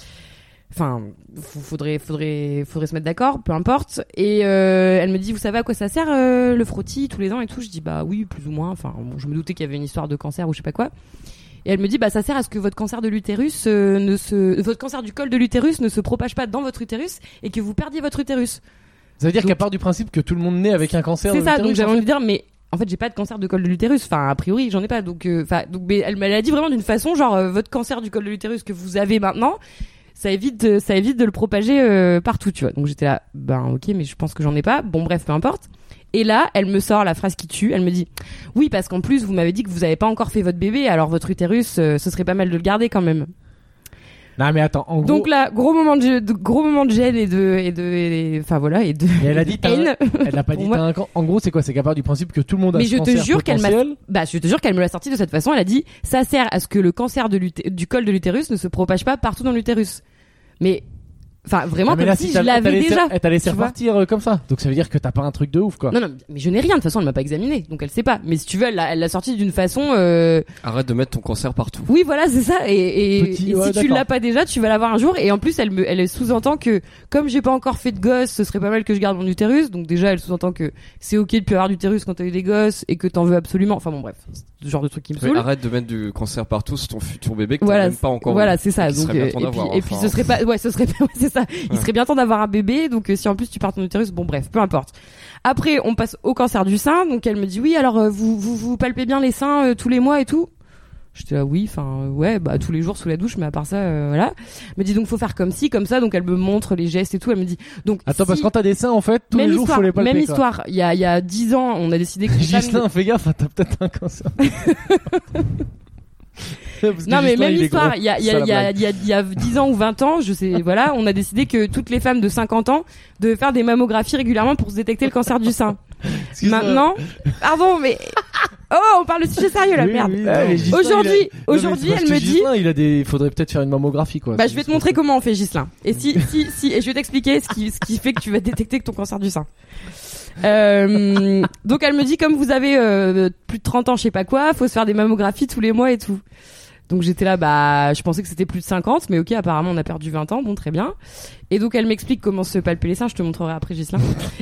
enfin faudrait faudrait faudrait se mettre d'accord, peu importe. Et euh, elle me dit vous savez à quoi ça sert euh, le frottis tous les ans et tout. Je dis bah oui plus ou moins. Enfin bon, je me doutais qu'il y avait une histoire de cancer ou je sais pas quoi. Et elle me dit bah ça sert à ce que votre cancer de l'utérus euh, ne se votre cancer du col de l'utérus ne se propage pas dans votre utérus et que vous perdiez votre utérus. Ça veut dire donc, qu'à part du principe que tout le monde naît avec un cancer. C'est de ça, l'utérus, donc j'avais en fait. envie de dire, mais en fait j'ai pas de cancer de col de l'utérus. Enfin a priori j'en ai pas. Donc, enfin euh, donc mais elle me l'a dit vraiment d'une façon genre euh, votre cancer du col de l'utérus que vous avez maintenant, ça évite de, ça évite de le propager euh, partout, tu vois. Donc j'étais là, ben ok, mais je pense que j'en ai pas. Bon bref, peu importe. Et là, elle me sort la phrase qui tue. Elle me dit, oui parce qu'en plus vous m'avez dit que vous avez pas encore fait votre bébé, alors votre utérus, euh, ce serait pas mal de le garder quand même. Non mais attends, en gros. Donc là, gros moment de, de gros moment de gêne et de et de enfin voilà et de. Et elle a dit, t'as haine. un- elle a pas dit Pour moi- t'as un can- En gros, c'est quoi? C'est qu'à part du principe que tout le monde a Mais ce je te cancer jure qu'elle m'a- potentiel. Bah, je te jure qu'elle me l'a sorti de cette façon. Elle a dit, ça sert à ce que le cancer de l'uté- du col de l'utérus ne se propage pas partout dans l'utérus. Mais, enfin, vraiment Ah, mais comme là, si t'as- je l'avais t'as laissé- déjà. Elle t'a laissé tu vois. repartir euh, comme ça. Donc ça veut dire que t'as pas un truc de ouf, quoi. Non, non, mais je n'ai rien. De toute façon, elle m'a pas examiné, donc elle sait pas. Mais si tu veux, elle l'a, elle l'a sorti d'une façon. Euh... Arrête de mettre ton cancer partout. Oui, voilà, c'est ça. Et, et, Petit, et ouais, si tu d'accord. l'as pas déjà, tu vas l'avoir un jour. Et en plus, elle me, elle sous-entend que comme j'ai pas encore fait de gosse, ce serait pas mal que je garde mon utérus. Donc déjà, elle sous-entend que c'est ok de plus avoir d'utérus quand t'as eu des gosses et que t'en veux absolument. Enfin bon, bref, c'est ce genre de truc qui me Mais saoule. arrête de mettre du cancer partout sur ton futur bébé que Voilà, t'as même pas encore. voilà, eu. c'est ça. Il Donc, serait bien euh, temps et puis, d'avoir, et puis enfin. ce serait pas, ouais, ce serait, ouais, c'est ça. Il Ouais. serait bien temps d'avoir un bébé. Donc, euh, si en plus tu pars ton utérus, bon, bref, peu importe. Après, on passe au cancer du sein. Donc, elle me dit, oui, alors, euh, vous, vous, vous palpez bien les seins euh, tous les mois et tout. J'étais là, oui, enfin, euh, ouais, bah, tous les jours sous la douche, mais à part ça, euh, voilà. Elle me dit, donc, faut faire comme ci, comme ça. Donc, elle me montre les gestes et tout. Elle me dit, donc. Attends, si- parce que quand t'as des seins, en fait, tous même les jours, histoire, faut les palper. même quoi. histoire. Il y a, il y a dix ans, on a décidé que les femmes- Gislain, fais gaffe, t'as peut-être un cancer. Parce que Non mais Gislain, même il est histoire, gros. il y a, il y, C'est a, la il y, a, blague. il y, a, il y a dix ans ou vingt ans, je sais, voilà, on a décidé que toutes les femmes de cinquante ans devaient faire des mammographies régulièrement pour se détecter le cancer du sein. Excuse-moi. Maintenant, pardon mais... Oh, on parle de sujet sérieux là, Oui, merde. oui, Ouais, non. mais Gislain, Aujourd'hui, il a- Non, mais aujourd'hui, c'est parce elle que me dit... Gislain, il a des. Il faudrait peut-être faire une mammographie, quoi. Bah, C'est je vais juste te montrer pour ça. comment on fait, Ghislain. Et si, si, si, et je vais t'expliquer ce qui, ce qui fait que tu vas détecter que ton cancer du sein. Euh, donc elle me dit, comme vous avez euh, plus de trente ans, je sais pas quoi, faut se faire des mammographies tous les mois et tout. Donc j'étais là, bah, je pensais que c'était plus de cinquante, mais ok, apparemment on a perdu vingt ans, bon, très bien. Et donc elle m'explique comment se palper les seins, je te montrerai après, Ghislain.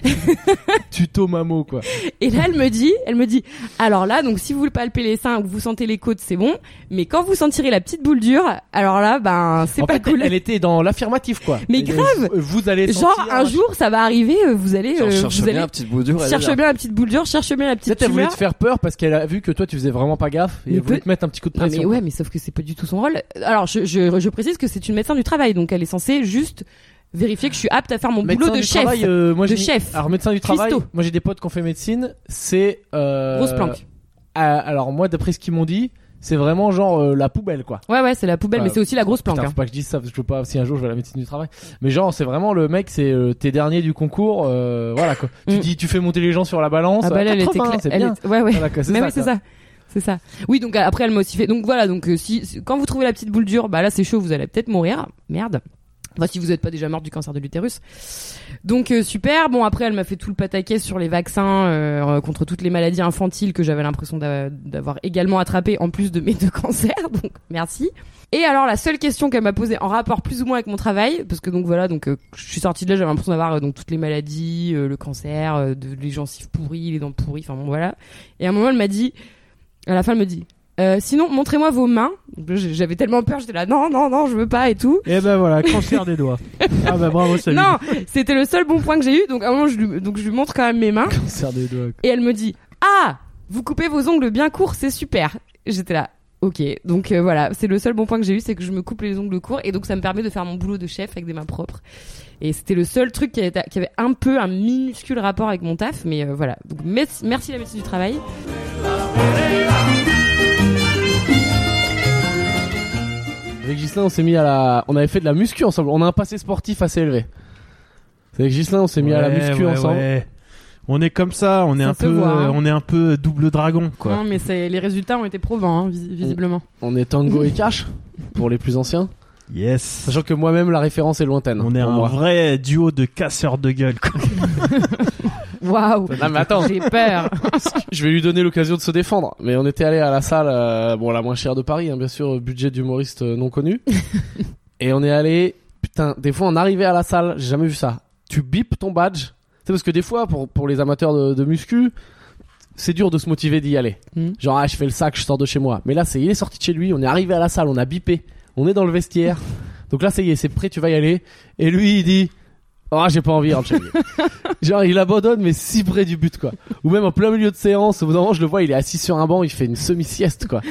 Tuto mammo, quoi. Et là, elle me dit, elle me dit, alors là, donc si vous palpez les seins ou que vous sentez les côtes, c'est bon, mais quand vous sentirez la petite boule dure, alors là, ben, c'est En pas fait, cool. elle était dans l'affirmatif, quoi. Mais Et grave. Vous allez Genre, sentir un jour, ça va arriver, euh, vous allez, Genre, euh, cherche vous bien allez, la petite boule dure. elle est cherche là. bien la petite boule dure, cherche bien la petite Peut-être elle voulait tumeur. te faire peur parce qu'elle a vu que toi tu faisais vraiment pas gaffe et Mais elle voulait peut- te mettre un petit coup de Non pression. mais ouais, mais sauf que c'est pas du tout son rôle. Alors je, je, je précise que c'est une médecin du travail, donc elle est censée juste vérifier que je suis apte à faire mon Médecin boulot de du chef. travail, euh, moi De j'ai- chef. Alors médecin du travail, Christo. moi j'ai des potes qui ont fait médecine, c'est euh, Grosse planque. euh, alors moi d'après ce qu'ils m'ont dit, c'est vraiment genre euh, la poubelle, quoi. Ouais ouais, c'est la poubelle, Ouais. mais c'est aussi la grosse planque. Putain, hein. faut pas que je dise ça parce que je veux pas si un jour je vais à la médecine du travail. Mais genre c'est vraiment le mec, c'est euh, t'es dernier du concours, euh, voilà quoi. Tu Mm. dis, tu fais monter les gens sur la balance. Ah bah là, elle était quatre-vingts, claire. c'est elle bien. est- Ouais ouais. Voilà, quoi, c'est Mais ça, oui, c'est quoi. ça. C'est ça. Oui, donc après elle m'a aussi fait. Donc voilà, donc euh, si si- quand vous trouvez la petite boule dure, bah là c'est chaud, vous allez peut-être mourir. Merde. Enfin, si vous n'êtes pas déjà mort du cancer de l'utérus. Donc euh, super. Bon après elle m'a fait tout le pataquès sur les vaccins euh, contre toutes les maladies infantiles que j'avais l'impression d'a- d'avoir également attrapé en plus de mes deux cancers. Donc merci. Et alors la seule question qu'elle m'a posée en rapport plus ou moins avec mon travail, parce que donc voilà, donc euh, je suis sortie de là, j'avais l'impression d'avoir euh, donc toutes les maladies, euh, le cancer, euh, de, les gencives pourries, les dents pourries, enfin bon voilà. Et à un moment elle m'a dit, à la fin elle me dit, euh, sinon montrez-moi vos mains. Donc, là, j'avais tellement peur, j'étais là non non non je veux pas et tout. Et ben voilà, cancer des doigts. Ah bah bravo, salut. Non, c'était le seul bon point que j'ai eu. Donc à un moment je lui, donc je lui montre quand même mes mains Cancer des doigts. et elle me dit, ah vous coupez vos ongles bien courts, c'est super. J'étais là. Ok, donc euh, voilà, c'est le seul bon point que j'ai eu, c'est que je me coupe les ongles courts et donc ça me permet de faire mon boulot de chef avec des mains propres. Et c'était le seul truc qui avait, qui avait un peu un minuscule rapport avec mon taf, mais euh, voilà. Donc merci, merci la médecine du travail. Avec Gislain, on s'est mis à la, on avait fait de la muscu ensemble. On a un passé sportif assez élevé. Avec Gislain, on s'est mis à la Ouais, muscu ouais, ensemble. ouais. On est comme ça, on est Ça un se peu, voit, hein. euh, on est un peu double dragon, quoi. Non, mais c'est... les résultats ont été probants, hein, vis- visiblement. On est Tango et Cash pour les plus anciens. Yes. Sachant que moi-même, la référence est lointaine. On est pour un moi. vrai duo de casseurs de gueule, quoi. Waouh. Non, mais attends, J'ai peur. je vais lui donner l'occasion de se défendre. Mais on était allé à la salle, euh, bon, la moins chère de Paris, hein, bien sûr, budget d'humoriste euh, non connu. Et on est allé, putain, des fois on arrivait à la salle, j'ai jamais vu ça. Tu bipes ton badge. C'est parce que des fois, pour, pour les amateurs de, de muscu, c'est dur de se motiver d'y aller. Mm. Genre, ah, je fais le sac, je sors de chez moi. Mais là, c'est, il est sorti de chez lui, on est arrivé à la salle, on a bipé, on est dans le vestiaire. Donc là, ça y est, c'est prêt, tu vas y aller. Et lui, il dit, oh, j'ai pas envie, rentre chez lui. Genre, il abandonne, mais si près du but, quoi. Ou même en plein milieu de séance, au bout d'un moment, je le vois, il est assis sur un banc, il fait une semi-sieste, quoi.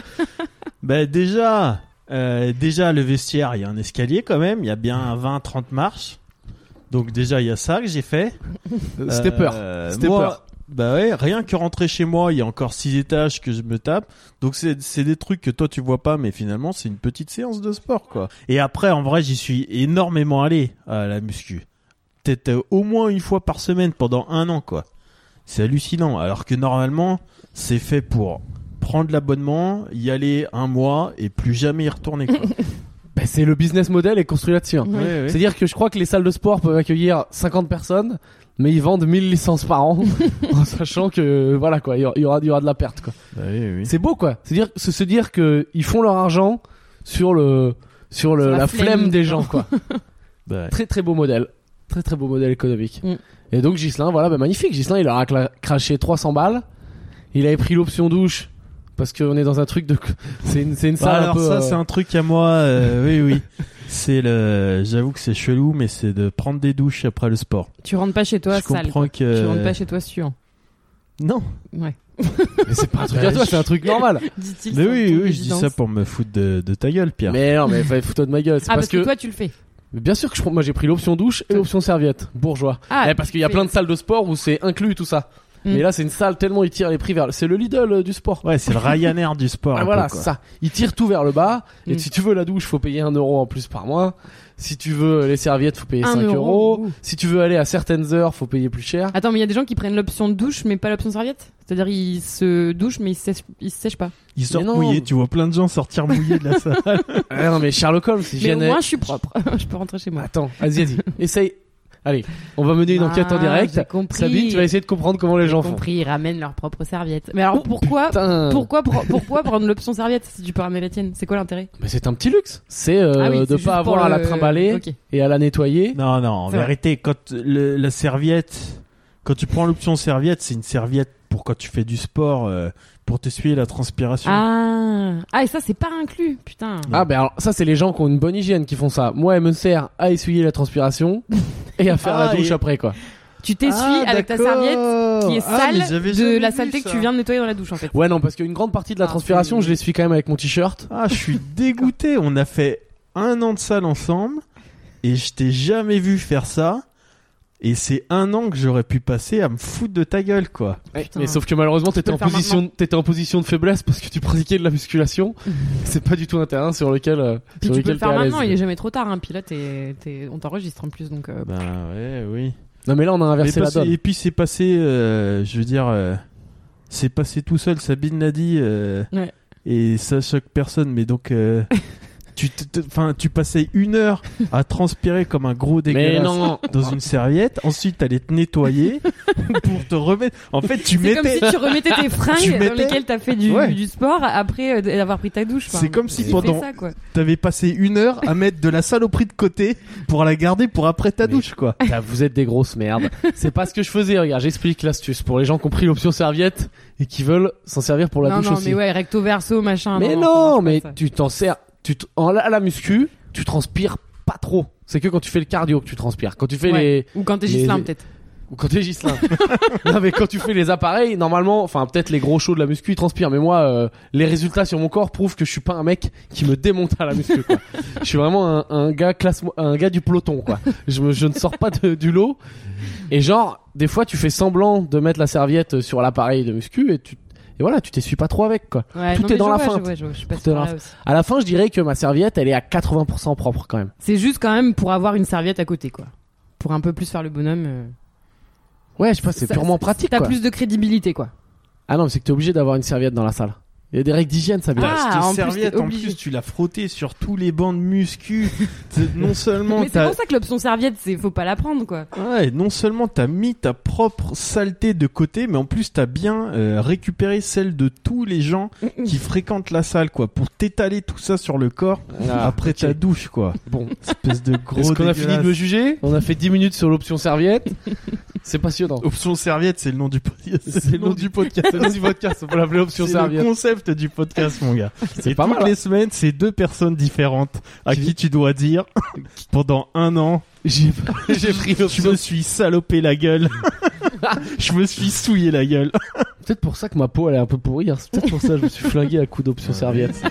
Bah déjà, euh, déjà le vestiaire, il y a un escalier quand même, il y a bien vingt trente marches. Donc déjà il y a ça que j'ai fait. C'était peur. Euh, C'était moi, peur. Bah ouais, rien que rentrer chez moi, il y a encore six étages que je me tape. Donc c'est c'est des trucs que toi tu vois pas, mais finalement c'est une petite séance de sport, quoi. Et après, en vrai, j'y suis énormément allé à la muscu. Peut-être euh, au moins une fois par semaine pendant un an, quoi. C'est hallucinant. Alors que normalement, c'est fait pour prendre l'abonnement, y aller un mois et plus jamais y retourner, quoi. Bah, c'est le business model est construit là-dessus. Hein. Ouais. Ouais, ouais. C'est-à-dire que je crois que les salles de sport peuvent accueillir cinquante personnes, mais ils vendent mille licences par an, en sachant que, voilà, quoi, il y aura, il y aura, il y aura de la perte, quoi. Bah oui, oui. C'est beau, quoi. C'est-à-dire, se, se dire que ils font leur argent sur le, sur le, Sur la la flemme flemme des des gens. gens, quoi. Bah ouais. Très, très beau modèle. Très, très beau modèle économique. Mm. Et donc, Ghislain, voilà, bah, magnifique. Ghislain, il leur a cla- craché trois cents balles. Il avait pris l'option douche. Parce qu'on est dans un truc de, c'est une, c'est une Bah salle un alors peu, ça euh, c'est un truc à moi, euh, oui oui. C'est le, j'avoue que c'est chelou, mais c'est de prendre des douches après le sport. Tu rentres pas chez toi Je sale. comprends quoi. que- Tu rentres pas chez toi suant. Non. Ouais. mais c'est pas un truc Bah, à toi, je- c'est un truc normal. Dit-il. Mais sans oui ton oui, je dis évidence. ça pour me foutre de, de ta gueule, Pierre. Mais non, mais fallait foutre de ma gueule. C'est Ah, parce, parce que toi tu le fais. Mais bien sûr que je prends, moi j'ai pris l'option douche et l'option serviette, bourgeois. Ah, Eh, parce qu'il y a tu plein fais- de salles de sport où c'est inclus tout ça. Mm. Mais là c'est une salle tellement ils tirent les prix vers, le- c'est le Lidl euh, du sport. Ouais, c'est le Ryanair du sport. Ouais, un voilà, peu, quoi. c'est ça. Ils tirent tout vers le bas. Et Mm. si tu veux la douche, faut payer un euro en plus par mois. Si tu veux les serviettes, faut payer Un cinq euro. euros. Ouh. Si tu veux aller à certaines heures, faut payer plus cher. Attends, mais il y a des gens qui prennent l'option douche mais pas l'option serviette. C'est-à-dire ils se douchent mais ils se sèchent, ils se sèchent pas. Ils sortent non. mouillés. Tu vois plein de gens sortir mouillés de la salle. Ah non mais Sherlock Holmes, si Mais je au viens moins je suis propre. Je peux rentrer chez moi. Attends, vas-y, vas-y. Essaye. Allez, on va mener une enquête en Ah, direct. j'ai compris. Sabine, tu vas essayer de comprendre comment les J'ai gens font. compris, ils ramènent leurs propres serviettes. Mais alors pourquoi Putain. pourquoi pre- pourquoi prendre l'option serviette si tu peux ramener la tienne? C'est quoi l'intérêt? Mais c'est un petit luxe. C'est euh, Ah oui, de c'est juste pas pour avoir à le- la trimballer Ok. et à la nettoyer. Non non, en C'est vrai. vérité, quand le, la serviette, quand tu prends l'option serviette, c'est une serviette pour quand tu fais du sport, euh, pour t'essuyer la transpiration. Ah ah et ça c'est pas inclus. Putain. Ah ben alors ça c'est les gens qui ont une bonne hygiène qui font ça. Moi elle me sert à essuyer la transpiration et à faire Ah, la douche et- après quoi. Tu t'essuies Ah, avec ta d'accord. serviette qui est Ah, sale mais j'avais de jamais la vu saleté que ça. tu viens de nettoyer dans la douche en fait. Ouais non parce qu'une grande partie de la Ah, transpiration c'est- je l'essuie quand même avec mon t-shirt. Ah, je suis dégoûté. On a fait un an de salle ensemble et je t'ai jamais vu faire ça. Et c'est un an que j'aurais pu passer à me foutre de ta gueule, quoi. Putain. Mais sauf que malheureusement t'étais peux en le faire position t'étais en position de faiblesse parce que tu pratiquais de la musculation. C'est pas du tout un terrain sur lequel euh, Puis sur tu peux lequel le faire t'es à l'aise. maintenant, il est jamais trop tard hein. Puis là t'es, t'es- on t'enregistre en plus donc euh, Ben ouais, oui. Non mais là on a Mais inversé la parce- donne. et puis c'est passé, euh, je veux dire, euh, c'est passé tout seul. Sabine l'a dit, euh, Ouais. et ça choque personne. Mais donc, euh, tu, te- te- enfin, tu passais une heure à transpirer comme un gros Mais dégueulasse non. dans une serviette. Ensuite, t'allais te nettoyer pour te remettre. En fait, tu c'est comme mettais. si tu remettais tes fringues Tu dans mettais- lesquelles t'as fait du, Ouais. du sport après euh, d'avoir pris ta douche. Enfin, C'est comme si tu pendant- fais ça, quoi. T'avais passé une heure à mettre de la saloperie de côté pour la garder pour après ta Mais- douche, quoi. Putain, vous êtes des grosses merdes. C'est pas ce que je faisais. Regarde, j'explique l'astuce pour les gens qui ont pris l'option serviette et qui veulent s'en servir pour la non, douche non, aussi. mais ouais, recto verso, machin. Mais ça non, marche mais pas, ça. tu t'en sers. Tu t- en, à la muscu, tu transpires pas trop. C'est que quand tu fais le cardio que tu transpires. Quand tu fais Ouais. les Ou quand t'es les- Gislain, les- peut-être. ou quand t'es Ghislain. Non mais quand tu fais les appareils, normalement, enfin peut-être les gros shows de la muscu ils transpirent, mais moi euh, les résultats sur mon corps prouvent que je suis pas un mec qui me démonte à la muscu quoi. Je suis vraiment un, un gars classe, un gars du peloton quoi. Je, me- je ne sors pas de- du lot. Et genre des fois tu fais semblant de mettre la serviette sur l'appareil de muscu et tu et voilà tu t'essuies pas trop avec quoi. Ouais, Tout non, est mais dans je la vois, feinte. Je, vois, je, vois, je suis pas Tout est dans par la là aussi. À la fin je dirais que ma serviette elle est à quatre-vingts pour cent propre quand même. C'est juste quand même pour avoir une serviette à côté, quoi. Pour un peu plus faire le bonhomme. euh. Ouais, je sais pas, c'est Ça- purement pratique, T'as quoi. plus de crédibilité, quoi. Ah non, mais c'est que t'es obligé d'avoir une serviette dans la salle. Il y a des règles d'hygiène, ça Ah, bien. Cette en plus, serviette, t'es en obligé. plus, tu l'as frottée sur tous les bancs de muscu. C'est- non seulement Mais c'est t'as, pour ça que l'option serviette, c'est faut pas la prendre, quoi. ouais, non seulement t'as mis ta propre saleté de côté, mais en plus t'as bien euh, récupéré celle de tous les gens qui fréquentent la salle, quoi, pour t'étaler tout ça sur le corps Ah, après ok. ta douche, quoi. Bon. Espèce de gros. Est-ce qu'on a fini de me dégueulasse. juger? On a fait dix minutes sur l'option serviette. C'est passionnant. Option serviette, c'est le nom du podcast. C'est le nom du podcast. C'est le nom du podcast, on peut l'appeler option C'est serviette. le concept du podcast, mon gars. C'est Et pas toutes mal. les semaines, c'est deux personnes différentes à Qui- qui tu dois dire pendant un an, J'ai j'ai pris je l'option. me suis salopé la gueule. Je me suis souillé la gueule. Peut-être pour ça que ma peau elle est un peu pourrie. hein. C'est peut-être pour ça que je me suis flingué à coups d'option serviette.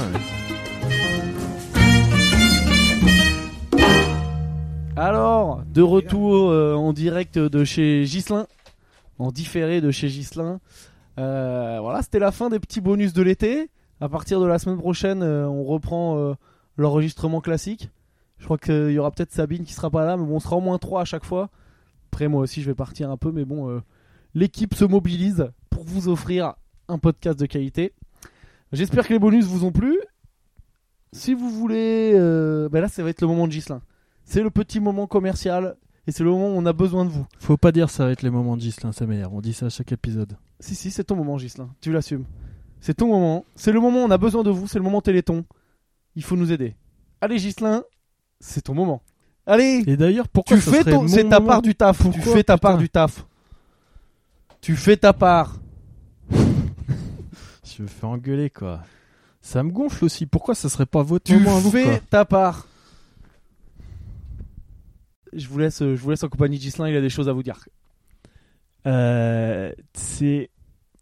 Alors, de retour euh, en direct de chez Ghislain, en différé de chez Ghislain. Euh, voilà, c'était la fin des petits bonus de l'été. À partir de la semaine prochaine, euh, on reprend euh, l'enregistrement classique. Je crois qu'il y aura peut-être Sabine qui sera pas là, mais bon, on sera au moins trois à chaque fois. Après, moi aussi, je vais partir un peu, mais bon, euh, l'équipe se mobilise pour vous offrir un podcast de qualité. J'espère que les bonus vous ont plu. Si vous voulez, euh, ben là, ça va être le moment de Ghislain. C'est le petit moment commercial et c'est le moment où on a besoin de vous. Faut pas dire ça va être les moments de Ghislain, ça m'énerve. On dit ça à chaque épisode. Si, si, c'est ton moment, Ghislain. Tu l'assumes. C'est ton moment. C'est le moment où on a besoin de vous. C'est le moment Téléthon. Il faut nous aider. Allez, Ghislain, c'est ton moment. Allez, Et d'ailleurs, pourquoi tu ça fais serait ton... mon C'est ta moment part du taf. tu Pourquoi, fais ta putain part du taf. Tu fais ta part. Je me fais engueuler, quoi. Ça me gonfle aussi. Pourquoi ça serait pas votre Tu moment à vous, fais quoi ta part. Je vous laisse, je vous laisse en compagnie de Ghislain. Il a des choses à vous dire. Euh, c'est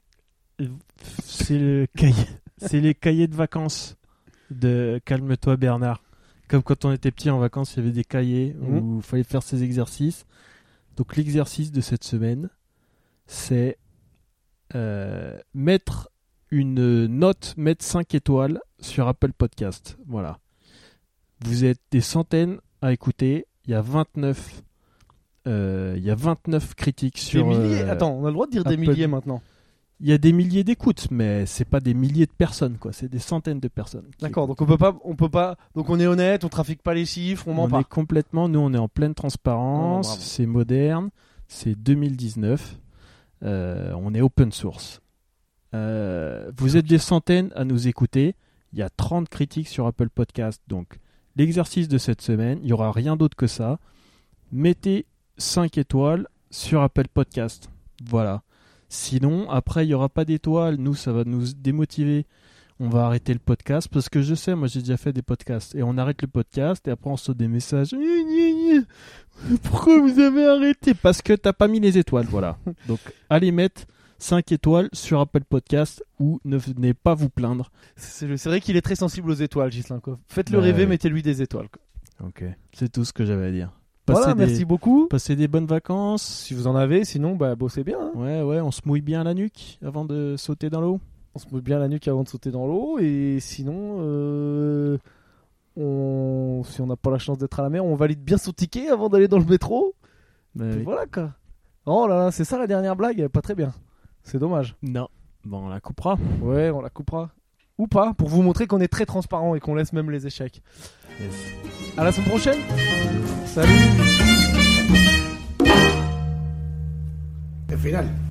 c'est le cahier, c'est les cahiers de vacances de Calme-toi Bernard. Comme quand on était petit en vacances, il y avait des cahiers Mhm. où il fallait faire ces exercices. Donc l'exercice de cette semaine, c'est euh, mettre une note, mettre cinq étoiles sur Apple Podcast. Voilà. Vous êtes des centaines à écouter. Il y a vingt-neuf, euh, il y a vingt-neuf critiques Des sur. milliers. euh, Attends, on a le droit de dire des Apple. milliers maintenant. Il y a des milliers d'écoutes, mais c'est pas des milliers de personnes, quoi. C'est des centaines de personnes. qui D'accord. écoutent. Donc on peut pas, on peut pas. Donc on est honnête, on trafique pas les chiffres, on ment On pas. est complètement. Nous, on est en pleine Oh, transparence. bravo. C'est moderne. C'est deux mille dix-neuf. Euh, on est open source. Euh, vous êtes des centaines à nous écouter. Il y a trente critiques sur Apple Podcast. Donc, l'exercice de cette semaine, il n'y aura rien d'autre que ça. Mettez cinq étoiles sur Apple Podcast. Voilà. Sinon, après, il n'y aura pas d'étoiles. Nous, ça va nous démotiver. On va arrêter le podcast parce que je sais, moi j'ai déjà fait des podcasts et on arrête le podcast et après on saute des messages. Gna, gna, gna. Pourquoi vous avez arrêté? Parce que t'as pas mis les étoiles, voilà. Donc allez mettre cinq étoiles sur Apple Podcast ou ne venez pas vous plaindre. C'est c'est vrai qu'il est très sensible aux étoiles, Ghislain. Quoi. Faites-le Ouais, rêver, ouais. mettez-lui des étoiles. Quoi. Ok. C'est tout ce que j'avais à dire. Passez, Voilà, des... merci beaucoup. passez des bonnes vacances. Si vous en avez, sinon, bah, bossez bien. hein. Ouais, ouais, on se mouille bien la nuque avant de sauter dans l'eau. On se mouille bien la nuque avant de sauter dans l'eau. Et sinon, euh, on... si on n'a pas la chance d'être à la mer, on valide bien son ticket avant d'aller dans le métro. Bah Puis oui. voilà quoi. Oh là là, c'est ça la dernière blague. Pas très bien. C'est dommage. Non. Bon, on la coupera. Ouais, on la coupera. Ou pas, pour vous montrer qu'on est très transparent et qu'on laisse même les échecs. Yes. À la semaine prochaine. Salut. El final.